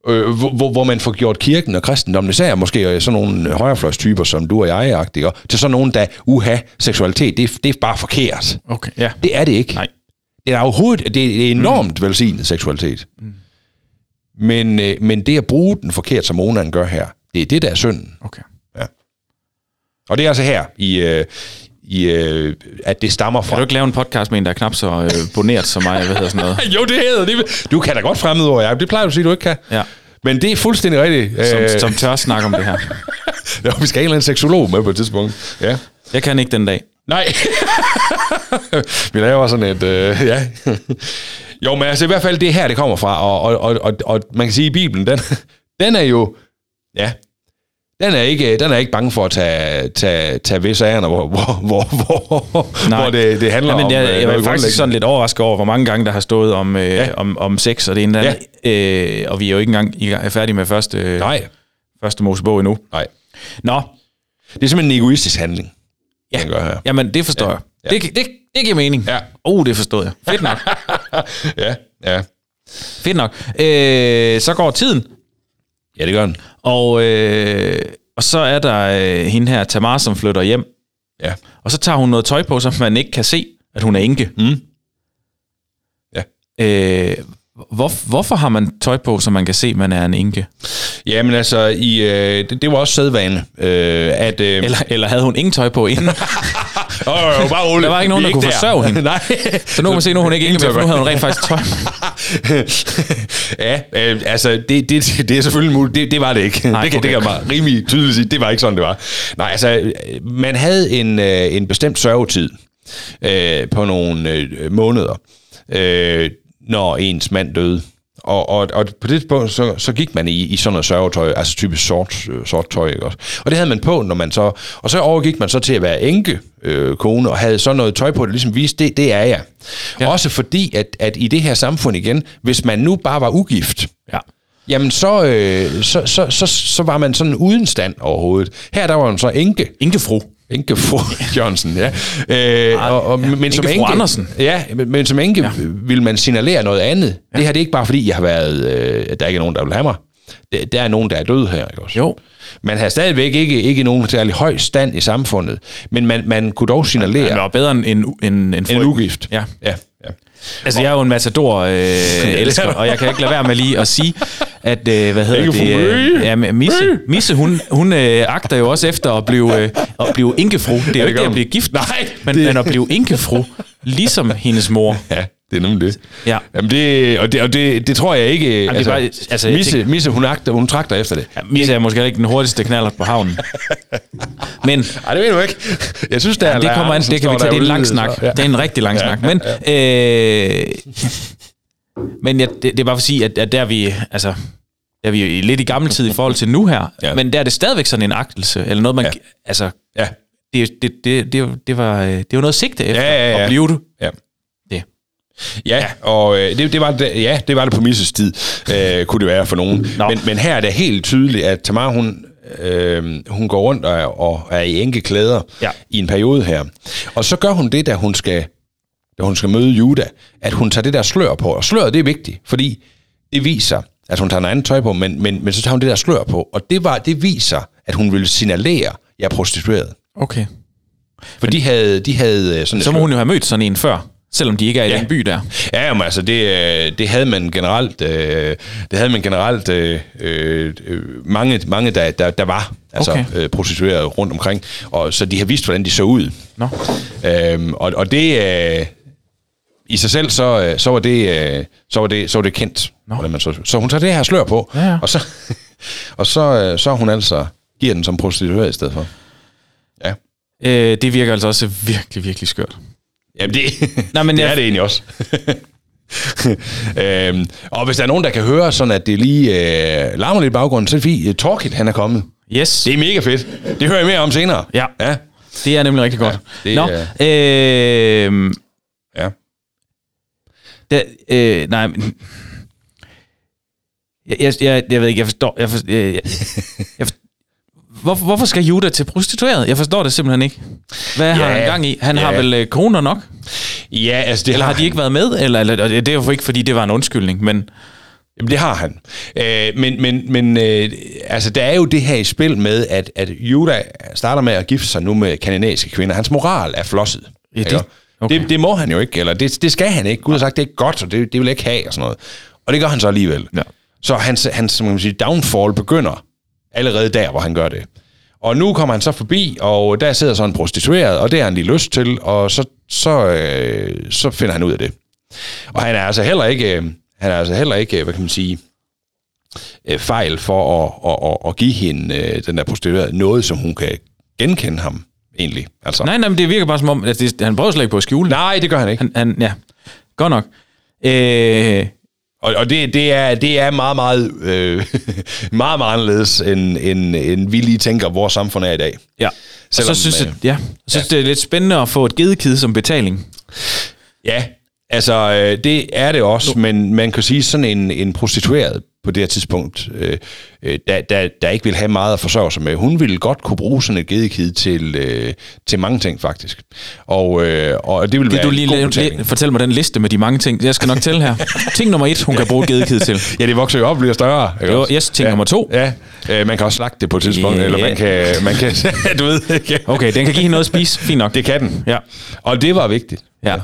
øh, hvor, hvor man får gjort kirken og kristendommen, især måske sådan nogle højrefløjstyper, som du og jeg-agtige, til sådan nogen, der uha, seksualitet, det, det er bare forkert. Okay, ja. Det er det ikke. Nej. Det er overhovedet, det er enormt mm. velsignet seksualitet. Mm. Men, øh, men det at bruge den forkert, som Onan gør her, det er det, der er synden. Okay. Ja. Og det er altså her, i, øh, i, øh, at det stammer fra... Kan du ikke lave en podcast med en, der er knap så øh, boneret som mig? Hvad hedder sådan noget? Jo, det hedder det. Du kan da godt fremmedord, ja. Det plejer du at sige, du ikke kan. Ja. Men det er fuldstændig rigtigt. Som, øh... som tør snakke om det her. Ja, vi skal have en eller anden seksolog med på et tidspunkt. Ja. Jeg kan ikke den dag. Nej. Vi laver sådan et... Øh, ja. Jo, men altså i hvert fald det er her, det kommer fra. Og, og, og, og, og man kan sige, at Bibelen, den, den er jo... Ja... Den er ikke, den er ikke bange for at tage, tage, tage ved sagerne, hvor, hvor, hvor, hvor, hvor det, det handler ja, men jeg, om... Jeg, jeg er faktisk sådan lidt overrasket over, hvor mange gange der har stået om, øh, ja. om, om sex og det ene eller ja. øh, og vi er jo ikke engang i gang, er færdige med første, øh, første Mosebog endnu. Nej. Nå. Det er simpelthen en egoistisk handling, ja. den gør her. Jamen, det forstår ja. jeg. Det, det, det giver mening. Ja. Oh, det forstod jeg. Fedt nok. ja, ja. Fedt nok. Øh, så går tiden. Ja, det gør den. Og, øh, og så er der øh, hende her, Tamar, som flytter hjem. Ja. Og så tager hun noget tøj på, så man ikke kan se, at hun er enke. Mm. Ja. Øh, hvor, hvorfor har man tøj på, så man kan se, at man er en enke? Jamen altså, i, øh, det, det var også sædvane. Øh, at, øh... eller, eller havde hun ingen tøj på inden? oh, oh, bare roligt. Der var ikke nogen, der kunne der. forsørge hende. Nej. Så nu kan man se, at nu hun ikke enke, for nu havde hun rent faktisk tøj. ja, øh, altså, det, det, det er selvfølgelig muligt. Det, det var det ikke. Nej, det, kan, okay. det kan man rimelig tydeligt sige. Det var ikke sådan, det var. Nej, altså, man havde en, øh, en bestemt sørgetid øh, på nogle øh, måneder, øh, når ens mand døde. Og, og, og på det punkt, så, så gik man i, i sådan noget sørgetøj, altså typisk sort, sort tøj, ikke også? Og det havde man på, når man så... Og så overgik man så til at være enke øh, kone, og havde sådan noget tøj på, det ligesom viste, det, det er jeg. Ja. Også fordi, at, at i det her samfund igen, hvis man nu bare var ugift, ja. jamen så, øh, så, så, så, så var man sådan uden stand overhovedet. Her der var man så enke. Enkefru. Enkefru Jørgensen, ja. Øh, ah, og, og, ja. Men som enke, Andersen. Ja, men som enke ja. vil man signalere noget andet. Ja. Det her det er ikke bare fordi, jeg har været, øh, der er ikke nogen, der vil have mig. Det, der er nogen, der er døde her, ikke også? Jo. Man har stadigvæk ikke, ikke nogen særlig høj stand i samfundet, men man, man kunne dog signalere... Man var bedre end en, en, en, en ugift. Ja. Ja, ja. Altså, jeg er jo en matador øh, elsker, og jeg kan ikke lade være med lige at sige, at, øh, hvad hedder det, øh, ja, Misse, Misse, hun, hun øh, agter jo også efter at blive, øh, at blive enkefru. Det er jo ja, ikke det at blive gift, nej, men, det... men at blive enkefru, ligesom hendes mor. Ja, det er nemlig det. Ja. Jamen det, og det, og det, det tror jeg ikke... Jamen, altså, bare, altså, Misse, tænker, Misse, hun, agter, hun trakter efter det. Ja, Misse er måske ikke den hurtigste knallert på havnen. Men... Ej, det ved du ikke. Jeg synes, der ja, er... det kommer an, det kan vi tage, det er en lang snak. Ja. Det er en rigtig lang ja, snak. Men, ja. øh, men ja, det, det er bare for at sige, at, at der er vi... Altså, der er vi lidt i gammel tid i forhold til nu her. Ja. Men der er det stadigvæk sådan en agtelse, eller noget, man... Ja. Altså, ja. Det, det, det, det, det, var, det var noget sigte efter ja, ja, ja. at blive det. Ja. Ja, ja, og øh, det, det, var det, ja, det var det på Misses tid, øh, kunne det være for nogen. Men, men her er det helt tydeligt, at Tamar, hun, øh, hun går rundt og, og er i enkeklæder ja. i en periode her. Og så gør hun det, da hun skal, da hun skal møde Juda, at hun tager det der slør på. Og sløret, det er vigtigt, fordi det viser, at hun tager en anden tøj på, men, men, men så tager hun det der slør på. Og det, var, det viser, at hun ville signalere, at jeg er prostitueret. Okay. For men, de havde, de havde sådan... Så må hun jo have mødt sådan en før. Selvom de ikke er i ja. den by der. Ja, men altså det, det havde man generelt, øh, det havde man generelt øh, øh, mange, mange der, der, der var altså okay. øh, prostituerede rundt omkring, og så de har vist, hvordan de så ud. Nå. Øhm, og, og det øh, i sig selv så, så var det øh, så var det så var det kendt. Man så, så hun tager det her slør på, ja, ja. og så og så så hun altså giver den som prostitueret i stedet for. Ja. Øh, det virker altså også virkelig virkelig skørt. Jamen det, Nej, men det jeg... er det egentlig også. øhm, og hvis der er nogen, der kan høre sådan, at det lige øh, larmer lidt i baggrunden, så er det fordi uh, Torkild, han er kommet. Yes. Det er mega fedt. Det hører jeg mere om senere. Ja, ja. Det er nemlig rigtig godt. Ja, det, Nå, øh... ja. Det, øh, nej, men... Jeg, jeg, jeg, jeg ved ikke, jeg forstår... Jeg forstår, jeg, jeg, jeg forstår Hvorfor, hvorfor skal Juda til prostitueret? Jeg forstår det simpelthen ikke. Hvad ja, har han gang i? Han ja. har vel øh, koner nok? Ja, altså det Eller har de han. ikke været med? Eller, eller det er jo ikke, fordi det var en undskyldning, men... Jamen, det har han. Øh, men men, men øh, altså, der er jo det her i spil med, at, at Judah starter med at gifte sig nu med kanadiske kvinder. Hans moral er flosset. Ja, det, okay. det, det må han jo ikke, eller det, det skal han ikke. Gud har sagt, det er godt, og det, det vil jeg ikke have, og sådan noget. Og det gør han så alligevel. Ja. Så hans, hans som man sige, downfall begynder allerede der, hvor han gør det. Og nu kommer han så forbi, og der sidder sådan en prostitueret, og det har han lige lyst til, og så, så, øh, så finder han ud af det. Og han er altså heller ikke, øh, han er altså heller ikke, hvad kan man sige, øh, fejl for at, at, at, at give hende, øh, den der prostituerede, noget, som hun kan genkende ham, egentlig. Altså. Nej, nej, men det virker bare som om, at det, han prøver slet ikke på at skjule. Nej, det gør han ikke. Han, han, ja, godt nok. Øh... Og, og det, det, er, det er meget, meget, øh, meget, meget anderledes, end, end, end vi lige tænker, hvor samfundet er i dag. Ja, Selvom, og så synes jeg, ja, jeg synes, ja. det er lidt spændende at få et gedekid som betaling. Ja, altså det er det også, nu. Men man kan sige, sådan en, en prostitueret på det her tidspunkt, øh, der, der, der ikke vil have meget at forsørge sig med. Hun ville godt kunne bruge sådan et gedekid til, øh, til mange ting, faktisk. Og, øh, og det vil det, være du lige en god betaling. Fortæl mig den liste med de mange ting. Jeg skal nok tælle her. Ting nummer et, hun kan bruge gedekid til. Ja, det vokser jo op og bliver større. Jo, yes, ting ja. nummer to. Ja, øh, man kan også slagte det på et tidspunkt, yeah. eller man kan, man kan du ved. Okay. okay, den kan give hende noget at spise. Fint nok. Det kan den. Ja. Og det var vigtigt. Ja.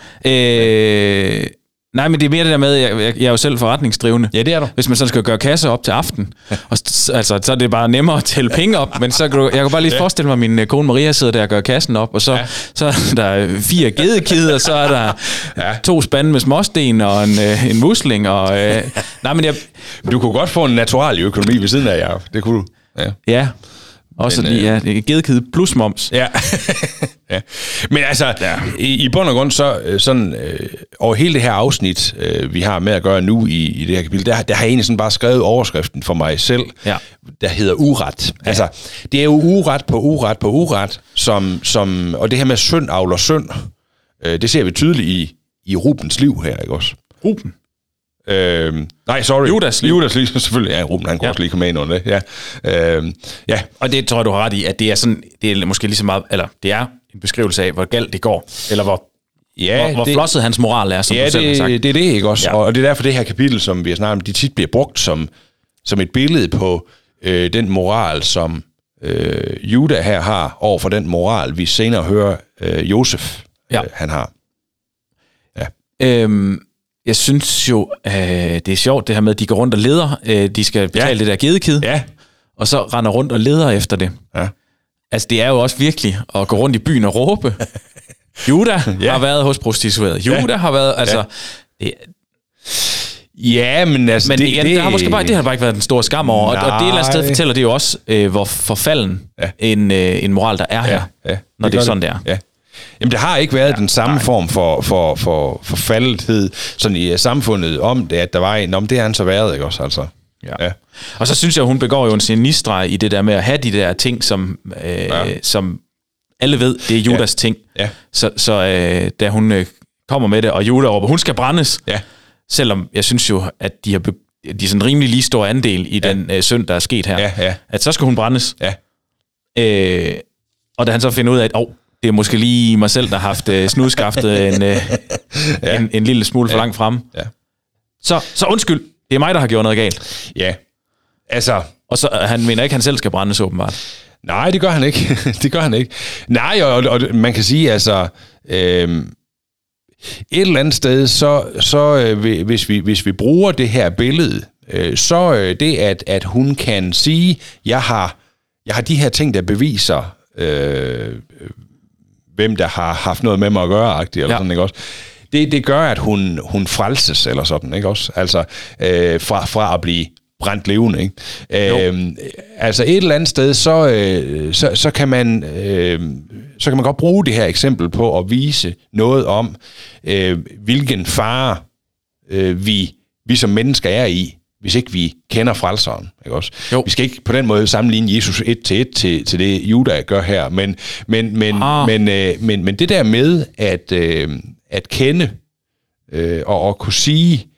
Øh... Nej, men det er mere det der med, jeg, jeg, jeg er jo selv forretningsdrivende. Ja, det er du. Hvis man så skal gøre kasser op til aften, ja. og, altså, så er det bare nemmere at tælle penge op, men så kan du, jeg kan bare lige ja. forestille mig, at min kone Maria sidder der og gør kassen op, og så, ja. så er der fire gedekider, og så er der ja. to spande med småsten og en, en musling. Og, øh, nej, men jeg, du kunne godt få en natural økonomi ved siden af jer. Det kunne du. Ja. ja. Også men, lige, ja, gedekid plus moms. Ja. ja. Men altså, ja. i, i bund og grund, så sådan, øh, over hele det her afsnit, øh, vi har med at gøre nu i, i det her kapitel, der, der har jeg egentlig sådan bare skrevet overskriften for mig selv, ja. der hedder uret. Ja. Altså, det er jo uret på uret på uret, som, som, og det her med synd avler synd, øh, det ser vi tydeligt i, i Rubens liv her, ikke også? Ruben? Øhm, nej, sorry. Judas liv. Judas liv, selvfølgelig. Ja, Ruben, han kunne ja. også lige komme ind under det. Ja. Øhm, ja. Og det tror jeg, du har ret i, at det er sådan, det er måske lige så meget, eller det er en beskrivelse af, hvor galt det går, eller hvor, ja, hvor, hvor det, flosset hans moral er, som ja, du selv det, har sagt. det er det, ikke også? Ja. Og det er derfor, det her kapitel, som vi har snakket om, de tit bliver brugt som, som et billede på øh, den moral, som øh, Judah her har, over for den moral, vi senere hører øh, Josef, ja. øh, han har. Ja. Øhm, Jeg synes jo, øh, det er sjovt det her med, at de går rundt og leder. Øh, de skal betale ja. det der gedekid, ja. og så render rundt og leder efter det. Ja. Altså, det er jo også virkelig at gå rundt i byen og råbe. Judah ja. har været hos prostituerede. Judah ja. har været, altså... Ja. Det, ja, men altså... Men det, igen, det, der har måske bare, det har bare ikke været den store skam over. Og, og det et eller andet sted fortæller det jo også, øh, hvor forfalden ja. en, øh, en moral, der er her, ja. Ja. når det, det er sådan, det er. Ja. Jamen, der har ikke været ja, den samme nej. form for, for, for, for faldethed sådan i samfundet om det, at der var en, om det har han så været, ikke også, altså. Ja. Ja. Og så synes jeg, hun begår jo en genistreg i det der med at have de der ting, som, øh, ja. som alle ved, det er Judas ja. ting. Ja. Så, så øh, da hun øh, kommer med det, og Judah råber, hun skal brændes, ja. selvom jeg synes jo, at de har be- de er sådan rimelig lige stor andel i ja. den øh, synd, der er sket her, ja, ja. at så skal hun brændes. Ja. Øh, og da han så finder ud af, at oh, det er måske lige mig selv, der har haft øh, snudskaftet en, øh, ja. en, en lille smule for ja. langt frem. Ja. Så, så undskyld, det er mig, der har gjort noget galt. Ja, altså... Og så han mener ikke, at han selv skal brændes åbenbart. Nej, det gør han ikke. det gør han ikke. Nej, og, og, og man kan sige, altså... Øh, et eller andet sted, så, så øh, hvis, vi, hvis vi bruger det her billede, øh, så øh, det, at, at hun kan sige, jeg har, jeg har de her ting, der beviser... Øh, hvem der har haft noget med mig at gøre, agtigt, eller ja. sådan, ikke også? Det, det gør, at hun, hun frelses, eller sådan, ikke også? Altså, øh, fra, fra at blive brændt levende, ikke? Øh, altså, et eller andet sted, så, øh, så, så, kan man, øh, så kan man godt bruge det her eksempel på at vise noget om, øh, hvilken fare øh, vi, vi som mennesker er i, hvis ikke vi kender frelseren, ikke også? Jo. Vi skal ikke på den måde sammenligne Jesus et til et til, til det, Judah gør her, men, men, men, ah. men, øh, men, men det der med at, øh, at kende øh, og at kunne sige,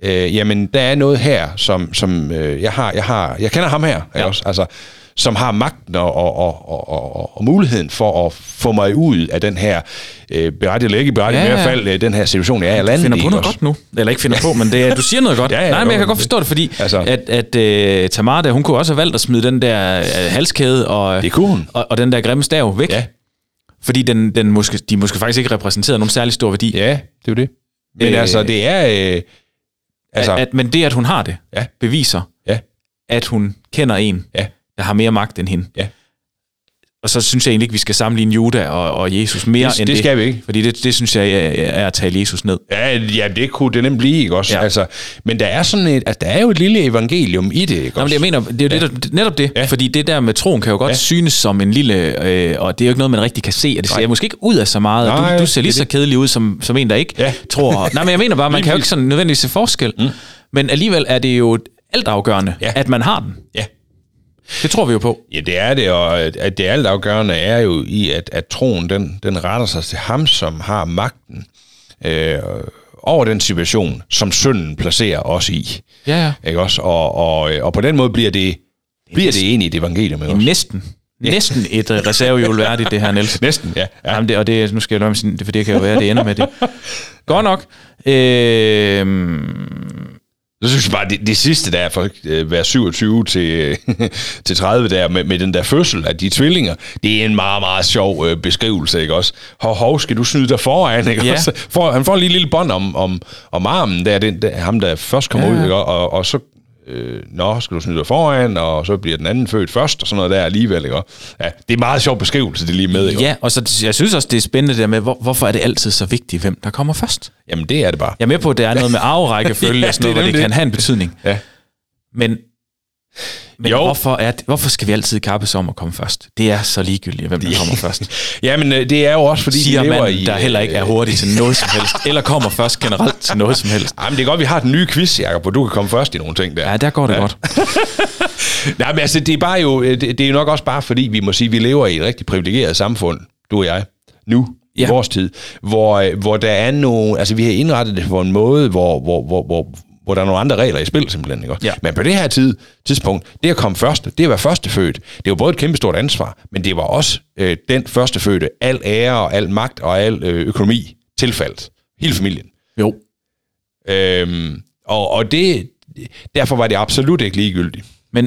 øh, jamen, der er noget her, som, som øh, jeg har, jeg har, jeg kender ham her, ja. også, altså, som har magten og, og, og, og, og, og muligheden for at få mig ud af den her øh, berettiget eller ikke berettiget, ja, ja. i hvert fald øh, den her situation, jeg er landet i. Du finder på noget også. godt nu. Eller ikke finder på, men det er, du siger noget godt. ja, ja, Nej, men jeg kan godt forstå det, fordi altså, at, at uh, Tamara, hun kunne også have valgt at smide den der uh, halskæde og, det kunne hun. og, og den der grimme stav væk. Ja. Fordi den, den måske, de måske faktisk ikke repræsenterede nogen særlig stor værdi. Ja, det er jo det. Men øh, altså, det er... Øh, altså, at, at, men det, at hun har det, ja. beviser, ja. at hun kender en, ja. der har mere magt end hende. Ja. Og så synes jeg egentlig ikke, vi skal sammenligne Juda og, og Jesus mere det, end det. det skal vi ikke. Fordi det, det synes jeg er at tale Jesus ned. Ja, ja det kunne det nemt blive, ikke også? Ja. Altså, men der er sådan et, altså, der er jo et lille evangelium i det, ikke Nå, også? Men jeg mener, det er jo ja. det, der, netop det. Ja. Fordi det der med troen kan jo godt ja. synes som en lille, øh, og det er jo ikke noget, man rigtig kan se, og det ser Nej. måske ikke ud af så meget. Nej, du, du ser lige så kedelig ud som, som en, der ikke ja. tror. Nej, men jeg mener bare, man kan jo ikke sådan nødvendigvis se forskel. Mm. Men alligevel er det jo altafgørende, ja. at man har den. Ja. Det tror vi jo på. Ja, det er det, og at det altafgørende er jo i, at, at troen, den, den retter sig til ham, som har magten øh, over den situation, som synden placerer os i. Ja, ja. Ikke også? Og, og, og på den måde bliver det, bliver det egentlig et evangelium. Ikke også? Næsten. Næsten et uh, reservehjul værdigt, det her, Niels. Næsten, ja. ja. Jamen det, og det, nu skal jeg løbe med det, for det kan jo være, det ender med det. Godt nok. Øh... Så synes jeg bare, det, det sidste der, fra at være syvogtyve til, til tredive der, med, med den der fødsel af de tvillinger, det er en meget, meget sjov øh, beskrivelse, ikke også? Hov, hov, skal du snyde dig foran, ikke ja. også? For, han får lige en lille bånd om, om, om armen, der, den, der, ham der først kommer ja. ud, ikke? Og, og så, øh, nå, skal du snyde dig foran, og så bliver den anden født først, og sådan noget der alligevel, ikke? Ja, det er en meget sjov beskrivelse, det lige med, ikke? Ja, og så, jeg synes også, det er spændende der med, hvor, hvorfor er det altid så vigtigt, hvem der kommer først? Jamen, det er det bare. Jeg er med på, at det er noget med arverækkefølge ja, og sådan noget, hvor det, det kan have en betydning. Ja. Men, men hvorfor, er det, hvorfor skal vi altid kappes om at komme først? Det er så ligegyldigt, hvem der kommer først. Jamen, det er jo også, fordi siger vi lever manden, i... der heller ikke er hurtig til noget som helst, eller kommer først generelt til noget som helst. Jamen, det er godt, vi har den nye quiz, Jacob, hvor du kan komme først i nogle ting der. Ja, der går det ja. godt. Nej, men altså, det er, bare jo, det, det er jo nok også bare, fordi vi må sige, at vi lever i et rigtig privilegeret samfund, du og jeg, nu, ja. i vores tid, hvor, hvor der er nogle... Altså, vi har indrettet det på en måde, hvor... hvor, hvor, hvor hvor der er nogle andre regler i spil, simpelthen. Ikke? Ja. Men på det her tid, tidspunkt, det at komme først, det at være førstefødt, det var både et kæmpestort ansvar, men det var også øh, den førstefødte, al ære og al magt og al øh, økonomi tilfaldt. Hele familien. Jo. Øhm, og, og det, derfor var det absolut ikke ligegyldigt. Men,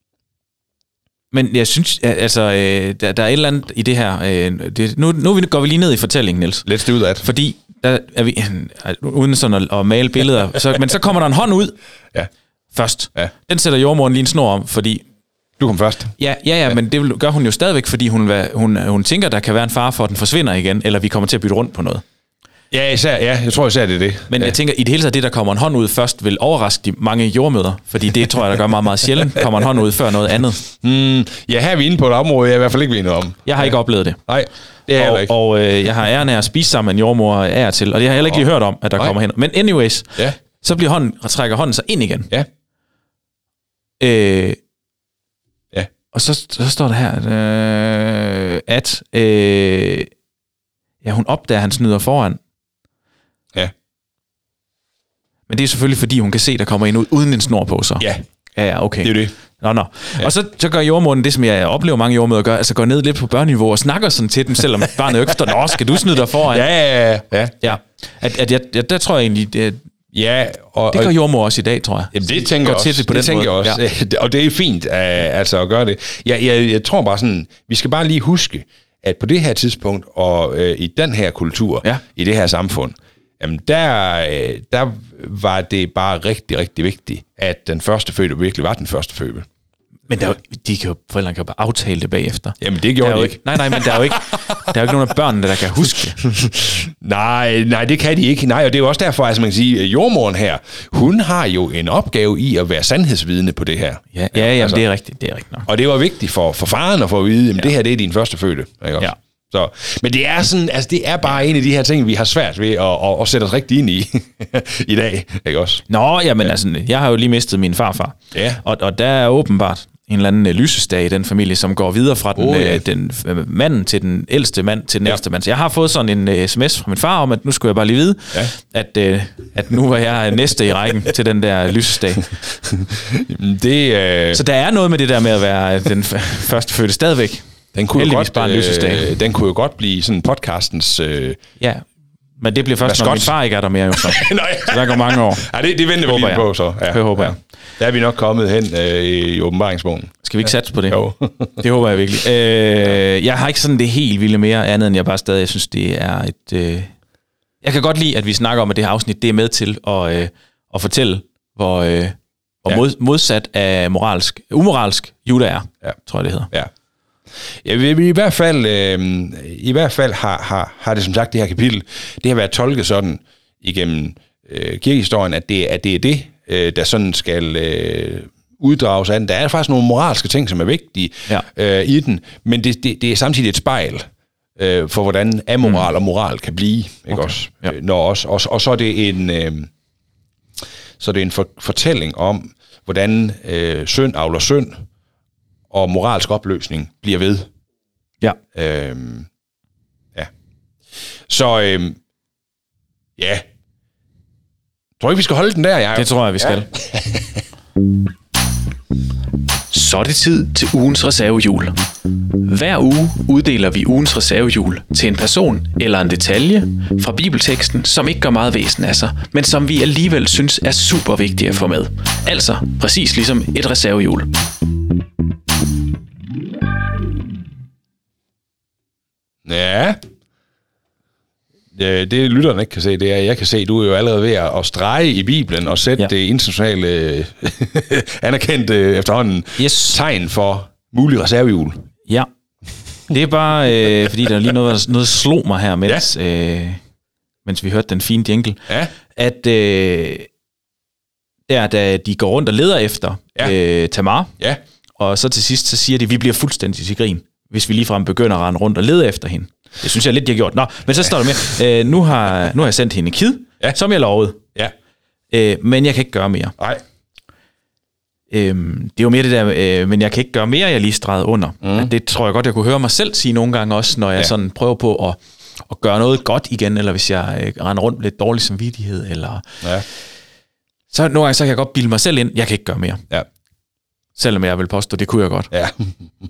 men jeg synes, altså, øh, der, der er et eller andet i det her, øh, det, nu, nu går vi lige ned i fortællingen, Niels. Let's do that. Fordi der er vi, uden sådan at, at male billeder, så, men så kommer der en hånd ud ja. først. Ja. Den sætter jordmoren lige en snor om, fordi... Du kom først. Ja, ja, ja, ja. Men det gør hun jo stadigvæk, fordi hun, hun, hun tænker, der kan være en fare for, at den forsvinder igen, eller vi kommer til at bytte rundt på noget. Ja, især, ja jeg tror især, det er det. Men ja. jeg tænker, i det hele taget, det der kommer en hånd ud først, vil overraske de mange jordmødre, fordi det tror jeg, der gør meget, meget sjældent, kommer en hånd ud før noget andet. Mm, ja, her er vi inde på et område, jeg er i hvert fald ikke ved noget om. Jeg har ja. ikke oplevet det. Nej, det er og, ikke. Og øh, jeg har æren af at spise sammen med en jordmor af til, og det har jeg heller ikke lige hørt om, at der Nej. kommer hen. Men anyways, ja. så bliver hånden, trækker hånden sig ind igen. Ja. Øh, ja. Og så, så står der her, at, øh, at øh, ja, hun opdager, at han snyder foran. Ja. Men det er selvfølgelig, fordi hun kan se, der kommer en ud uden en snor på sig. Ja. Ja, ja, okay. Det er det. Nå, nå. Ja. Og så, så gør jordmoren det, som jeg oplever mange jordmødre gør, altså går ned lidt på børneniveau og snakker sådan til dem, selvom barnet jo ikke forstår, nå, skal du snyde dig foran? Ja, ja, ja. ja. ja. At, at jeg, jeg, der tror jeg egentlig, det, ja, og, det gør jordmor også i dag, tror jeg. Jamen, det tænker jeg også. Til det på det den tænker måde. jeg også. Ja. Og det er fint uh, altså, at gøre det. Jeg, jeg, jeg tror bare sådan, vi skal bare lige huske, at på det her tidspunkt, og uh, i den her kultur, ja. i det her samfund, jamen der, der var det bare rigtig, rigtig vigtigt, at den første fødte virkelig var den første fødte. Men der, de kan jo, forældrene kan jo bare aftale det bagefter. Jamen det gjorde de ikke. ikke. Nej, nej, men der er jo ikke, der er jo ikke nogen af børnene, der kan huske det. nej, nej, det kan de ikke. Nej, og det er jo også derfor, altså man kan sige, at jordmoren her, hun har jo en opgave i at være sandhedsvidne på det her. Ja, ja jamen, altså, det er rigtigt, det er rigtigt nok. Og det var vigtigt for, for faren at få at vide, at ja. det her det er din første fødte. Ikke også? Ja. Så, men det er sådan, altså det er bare en af de her ting, vi har svært ved at, at, at sætte os rigtig ind i i dag, ikke også? Nå, jamen ja. altså, jeg har jo lige mistet min farfar. Ja. Og, og der er åbenbart en eller anden lysestage i den familie, som går videre fra den, oh, ja. den øh, manden til den ældste mand til den ja. ældste mand. Så jeg har fået sådan en uh, sms fra min far om, at nu skulle jeg bare lige vide, ja. at, uh, at nu var jeg næste i rækken til den der lysestage. det, øh... Så der er noget med det der med at være den f- første fødte stadigvæk. Den kunne, jo godt, bare en lysestage. Øh, den kunne jo godt blive sådan podcastens... Øh... Ja, men det bliver først, Maskot. når min far ikke er der mere. Jo, så. så der går mange år. Ja, det, det venter vi lige på, så. Ja. Det håber jeg. Der er vi nok kommet hen øh, i åbenbaringsbogen. Skal vi ikke satse på det? Jo. Det håber jeg virkelig. Øh, jeg har ikke sådan det helt vilde mere andet, end jeg bare stadig jeg synes, det er et... Øh... Jeg kan godt lide, at vi snakker om, at det her afsnit det er med til at, øh, at fortælle, hvor, øh, hvor ja. mod, modsat af moralsk, umoralsk Juda er, ja. tror jeg, det hedder. Ja. Ja, vi, i hvert fald, øh, i hvert fald har, har, har det som sagt, det her kapitel, det har været tolket sådan igennem øh, kirkehistorien, at det, at det er det, øh, der sådan skal øh, uddrages af den. Der er faktisk nogle moralske ting, som er vigtige ja. øh, i den, men det, det, det er samtidig et spejl øh, for, hvordan amoral mm. og moral kan blive. Ikke okay. også? Ja. Når også, og, og så er det en, øh, så er det en for, fortælling om, hvordan øh, synd avler synd, og moralsk opløsning bliver ved. Ja. Øhm, ja. Så, øhm, ja. Tror ikke, vi skal holde den der, Jacob? Det tror jeg, vi skal. Ja. Så er det tid til ugens reservehjul. Hver uge uddeler vi ugens reservehjul til en person eller en detalje fra bibelteksten, som ikke gør meget væsen af sig, men som vi alligevel synes er super vigtige at få med. Altså præcis ligesom et reservehjul. Ja. Det lytterne ikke kan se, det er, jeg kan se, du er jo allerede ved at strege i Bibelen og sætte ja. det internationale anerkendte efterhånden yes. tegn for mulig reservehjul. Ja. Det er bare, øh, fordi der lige noget, noget slog mig her, mens, ja. øh, mens vi hørte den fine jingle, ja. at øh, der, da de går rundt og leder efter ja. øh, Tamar, ja. og så til sidst, så siger de, at vi bliver fuldstændig til grin, hvis vi ligefrem begynder at rende rundt og lede efter hende. Det synes jeg lidt, de har gjort. Nå, men så står der mere. Øh, nu, har, nu har jeg sendt hende en kid, ja. som jeg lovede. Ja. Øh, men jeg kan ikke gøre mere. Nej. Øhm, det er jo mere det der, øh, men jeg kan ikke gøre mere, jeg lige streget under. Mm. Det tror jeg godt, jeg kunne høre mig selv sige nogle gange også, når jeg ja. sådan prøver på at, at gøre noget godt igen, eller hvis jeg øh, render rundt med lidt dårlig samvittighed, eller... Ja. Så nogle gange, så kan jeg godt bilde mig selv ind, jeg kan ikke gøre mere. Ja. Selvom jeg vil påstå, det kunne jeg godt. Ja.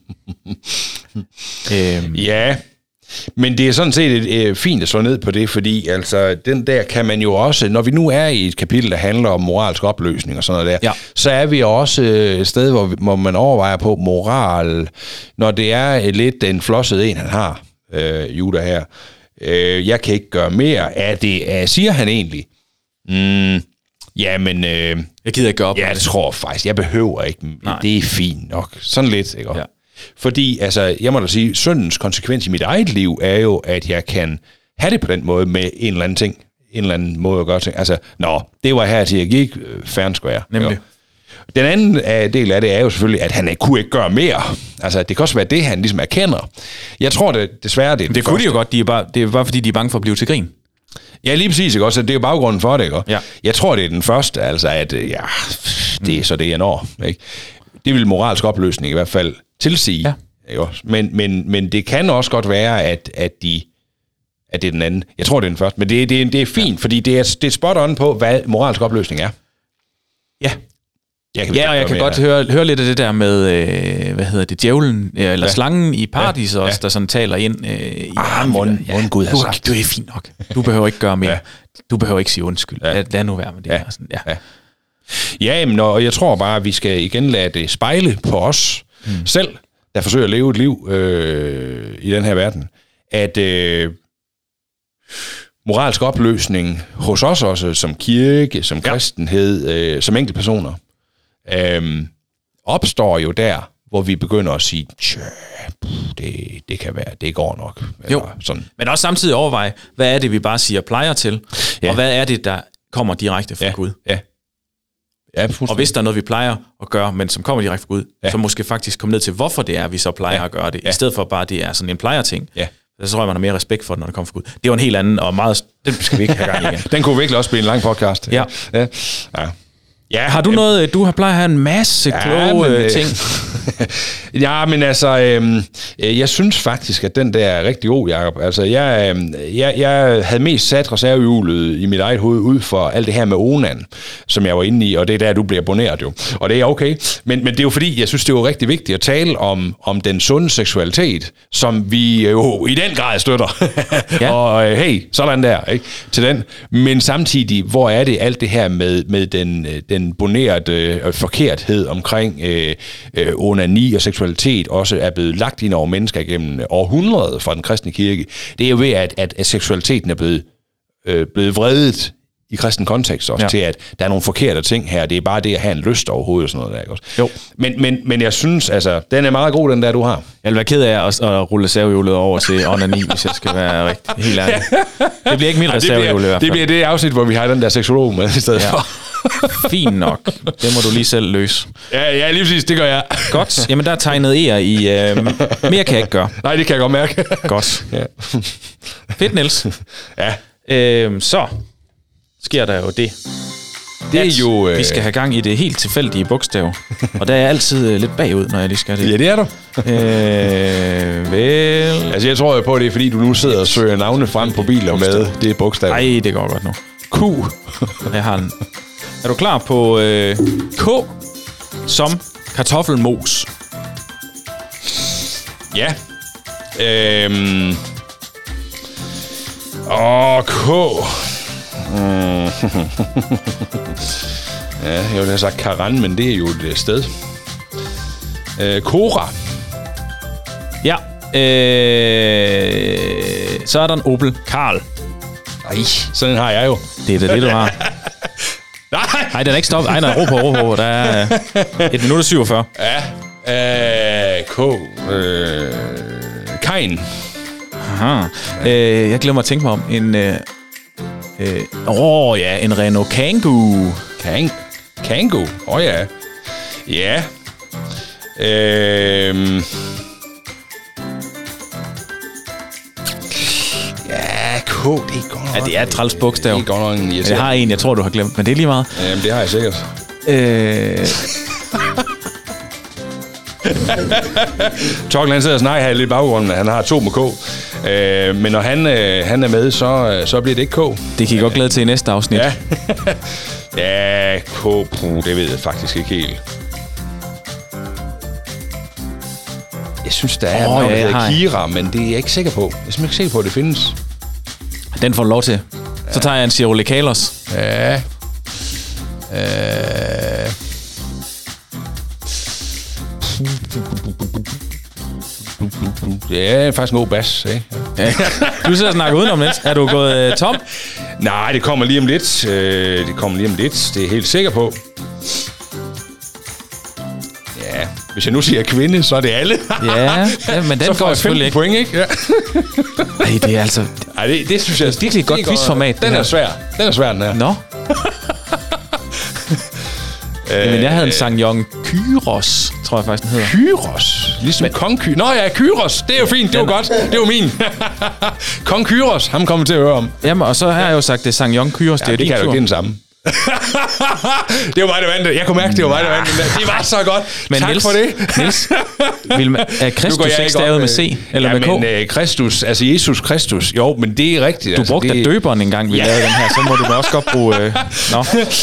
øhm. Ja. Men det er sådan set et, øh, fint at slå ned på det, fordi altså, den der kan man jo også, når vi nu er i et kapitel, der handler om moralsk opløsning og sådan noget der, ja. så er vi også et sted, hvor, hvor man overvejer på moral, når det er lidt en flosset en, han har, øh, Juda her. Øh, jeg kan ikke gøre mere. Er det, er, siger han egentlig? Mm, ja, men... Øh, jeg gider ikke gøre op. Ja, det tror jeg faktisk. Jeg behøver ikke. Nej. Det er fint nok. Sådan lidt, ikke? Ja. Fordi, altså, jeg må da sige, syndens konsekvens i mit eget liv er jo, at jeg kan have det på den måde med en eller anden ting. En eller anden måde at gøre ting. Altså, nå, det var her til jeg gik, færden skulle jeg. Nemlig. Jo. Den anden del af det er jo selvfølgelig, at han kunne ikke gøre mere. Altså, det kan også være det, han ligesom erkender. Jeg tror det, desværre, det er det kunne de jo godt, de er bare, det er bare fordi, de er bange for at blive til grin. Ja, lige præcis, ikke også? Det er jo baggrunden for det, ikke? Ja. Jeg tror, det er den første, altså, at ja, det er så det, jeg når, ikke? Det vil moralsk opløsning i hvert fald tilsige. Ja. Jo, men, men, men det kan også godt være, at, at, de, at det er den anden. Jeg tror, det er den første. Men det, det, det er fint, ja. fordi det er, det er spot on på, hvad moralsk opløsning er. Ja. Jeg kan ja, og jeg kan godt høre, høre lidt af det der med, øh, hvad hedder det, djævlen, eller ja. slangen i paradis ja. også, der sådan taler ind øh, i ah, morgen, ja. morgen Gud har sagt. Du er fint nok. Du behøver ikke gøre mere. Ja. Du behøver ikke sige undskyld. Ja. Lad nu være med det. Ja. Her. Sådan, ja. Ja. Ja, men og jeg tror bare, at vi skal igen lade det spejle på os mm. selv, der forsøger at leve et liv øh, i den her verden, at øh, moralsk opløsning hos os også, som kirke, som kristenhed, øh, som enkeltpersoner, øh, opstår jo der, hvor vi begynder at sige, det, det kan være, det går nok. Jo, sådan. Men også samtidig overveje, hvad er det, vi bare siger plejer til, ja. og hvad er det, der kommer direkte fra ja. Gud. Ja. Ja, og hvis der er noget, vi plejer at gøre, men som kommer direkte fra Gud, ja. så måske faktisk komme ned til, hvorfor det er, vi så plejer ja. at gøre det, ja. i stedet for bare, det er sådan en plejerting. Ja. Så tror jeg, man har mere respekt for det, når det kommer fra Gud. Det er jo en helt anden, og meget, den skal vi ikke have gang i igen. Den kunne virkelig også blive en lang podcast. Ja. Ja. Ja. Ja, har du noget, du har plejer at have en masse ja, kloge men, ting? Ja, men altså, øh, jeg synes faktisk, at den der er rigtig god, Jacob. Altså, jeg, øh, jeg, jeg havde mest sat reservehjulet i mit eget hoved ud for alt det her med onan, som jeg var inde i, og det er der, du bliver abonneret jo. Og det er okay. Men, men det er jo fordi, jeg synes, det er jo rigtig vigtigt at tale om, om den sunde seksualitet, som vi jo i den grad støtter. Ja. Og øh, hey, sådan der, ikke? Til den. Men samtidig, hvor er det alt det her med, med den, den bonerede øh, forkerthed omkring øh, øh, onani og seksualitet også er blevet lagt ind over mennesker gennem århundreder fra den kristne kirke. Det er jo ved, at, at, at seksualiteten er blevet, øh, blevet vredet i kristen kontekst også, ja. Til at der er nogle forkerte ting her. Det er bare det at have en lyst overhovedet og sådan noget der, ikke også? Jo. Men, men, men jeg synes, altså, den er meget god, den der, du har. Jeg vil være ked af at, at rulle reservehjulet over til onani, hvis jeg skal være rigtig helt ærlig. Det bliver ikke mit reservehjul i hvert fald. Det bliver det afsnit, hvor vi har den der seksolog med i stedet ja. For. Fint nok. Det må du lige selv løse. Ja, ja, lige præcis. Det gør jeg. Godt. Jamen, der er tegnet E'er i... Øh, mere kan jeg ikke gøre. Nej, det kan jeg godt mærke. Godt. Ja. Fedt, Niels. Ja. Øh, så sker der jo det. Det er jo... Øh... Vi skal have gang i det helt tilfældige bogstav. Og der er jeg altid lidt bagud, når jeg lige skal det. Ja, det er du. øh, vel... Altså, jeg tror jo på, at det er, fordi du nu sidder og søger navne frem på biler bogstav. Med det bogstav. Nej, det går godt nu. Q. Jeg har en... Er du klar på øh, K som kartoffelmos? Ja. Øhm. Åh, K. Mm. Ja, jeg ville have sagt Karan, men det er jo et sted. Øh, Kora. Ja. Øh, så er der en Opel Karl. Ej, sådan har jeg jo. Det er det, det du har. Nej! Nej, den er ikke stoppet. Ej, nej, ro på, ro på. Der er et minut og syvogfyrre. Ja. Øh, K. Øh, Kain. Aha. Øh, jeg glemmer at tænke mig om en... Øh, øh, åh, ja, en Renault Kangoo. Kang. Kangoo? Åh, oh, ja. Ja. Øh... Ja, K, det er godt nok. Ja, det er et træls bogstav. Det er godt nok en irriterende. Jeg har en, jeg tror, du har glemt, men det er lige meget. Jamen, det har jeg sikkert. Øh... Torkel, han sidder og snakker her lidt i baggrunden. Han har to med K. Øh, men når han, øh, han er med, så, så bliver det ikke K. Det kan I godt glæde til i næste afsnit. Ja, ja K, puh, det ved jeg faktisk ikke helt. Jeg synes, der er oh, noget, der hedder Kira, men det er jeg ikke sikker på. Jeg er simpelthen ikke sikker på, at det findes. Den får du lov til. Ja. Så tager jeg en Cirole Kalos. Ja. Øh... Det er faktisk en god bas, ikke? Ja. Du sidder og snakker udenom lidt. Er du gået øh, tom? Nej, det kommer lige om lidt. Øh, det kommer lige om lidt. Det er jeg helt sikker på. Ja, hvis jeg nu siger kvinde, så er det alle. Ja, ja, men den går selvfølgelig ikke. Point, ikke? Ja. Ej, det er altså... Ej, det, det synes jeg... Det er virkelig et godt quizformat. Den er svær. Den er svær, den her. Nå. Jamen, jeg havde en Sankt Kyros, tror jeg faktisk, den hedder. Kyros? Ligesom men... Kong Kyros. Nå ja, Kyros. Det er jo fint. Det var godt. Det var min. Kong Kyros. Ham kommer til at høre om. Jamen, og så har jeg jo sagt, det er Sankt Kyros. Ja, det er det kan jeg jo ikke den samme. Det var mig, der vandt det. Jeg kunne mærke, det var mig, der vandt det. Det var så godt. Men tak Niels, for det. Niels, vil man, er Kristus ikke stavet med C eller ja, med K? Men uh, Kristus, altså Jesus Kristus, jo, men det er rigtigt. Du altså, brugte det... døberen en gang, vi ja. lavede den her, så må du da også godt bruge... Uh... Nå.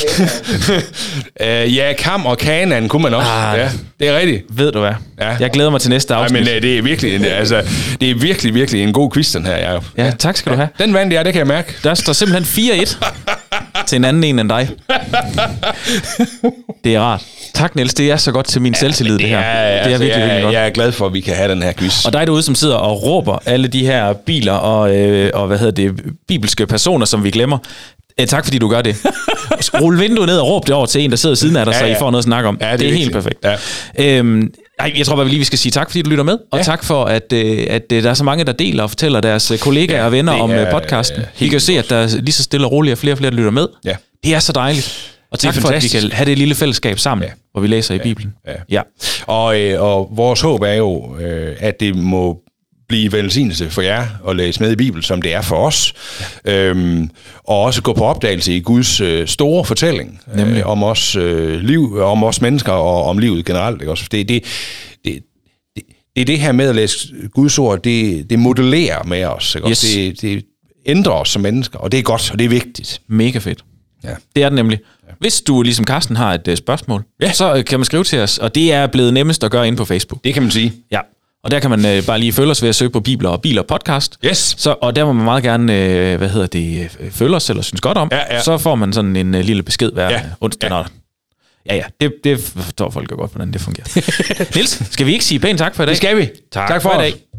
uh, ja, Kam og Kanan kunne man også. Ah, ja, det er rigtigt. Ved du hvad? Ja. Jeg glæder mig til næste afsnit. Nej, men uh, det er virkelig, en, altså, det er virkelig, virkelig en god quiz, den her. Ja, ja tak skal du have. Den vandt jeg, det kan jeg mærke. Der står simpelthen fire et til en anden en end dig. Det er rart. Tak, Niels. Det er så godt til min ja, selvtillid, det, det her. Er, det er altså, virkelig, virkelig godt. Jeg er glad for, at vi kan have den her quiz. Og dig derude, som sidder og råber alle de her biler og, øh, og hvad hedder det, bibelske personer, som vi glemmer. Eh, tak, fordi du gør det. Rul vinduet ned og råb det over til en, der sidder siden af dig, ja, så I får noget at snakke om. Ja, det, det er, er helt perfekt. Ja. Øhm, ej, jeg tror bare lige, vi skal sige tak, fordi du lytter med. Og ja. tak for, at, øh, at øh, der er så mange, der deler og fortæller deres kollegaer ja, og venner om er, podcasten. Øh, I kan jo se, at der er lige så stille og roligt og flere og flere, der lytter med. Ja. Det er så dejligt. Og tak for, at vi kan have det lille fællesskab sammen, ja. hvor vi læser i Bibelen. Ja. Ja. Og, øh, og vores håb er jo, øh, at det må blive velsignelse for jer og læse med i Bibelen, som det er for os. Ja. Øhm, og også gå på opdagelse i Guds øh, store fortælling øh, om os øh, liv, om os mennesker og om livet generelt. Ikke? Også det, det, det, det, det er det her med at læse Guds ord, det, det modellerer med os. Ikke? Yes. Det, det ændrer os som mennesker, og det er godt, og det er vigtigt. Mega fedt. Ja. Det er det nemlig. Hvis du, ligesom Carsten, har et uh, spørgsmål, ja. så uh, kan man skrive til os, og det er blevet nemmest at gøre inde på Facebook. Det kan man sige. Ja, og der kan man uh, bare lige følge os ved at søge på Bibler og Biler podcast. Yes. Så, og der må man meget gerne, uh, hvad hedder det, uh, følge os eller synes godt om. Ja, ja. Så får man sådan en uh, lille besked hver ja. onsdag. Ja, ja, ja det, det forstår folk jo godt, hvordan det fungerer. Niels, skal vi ikke sige pænt tak for i dag? Det skal vi. Tak, tak for, for i dag.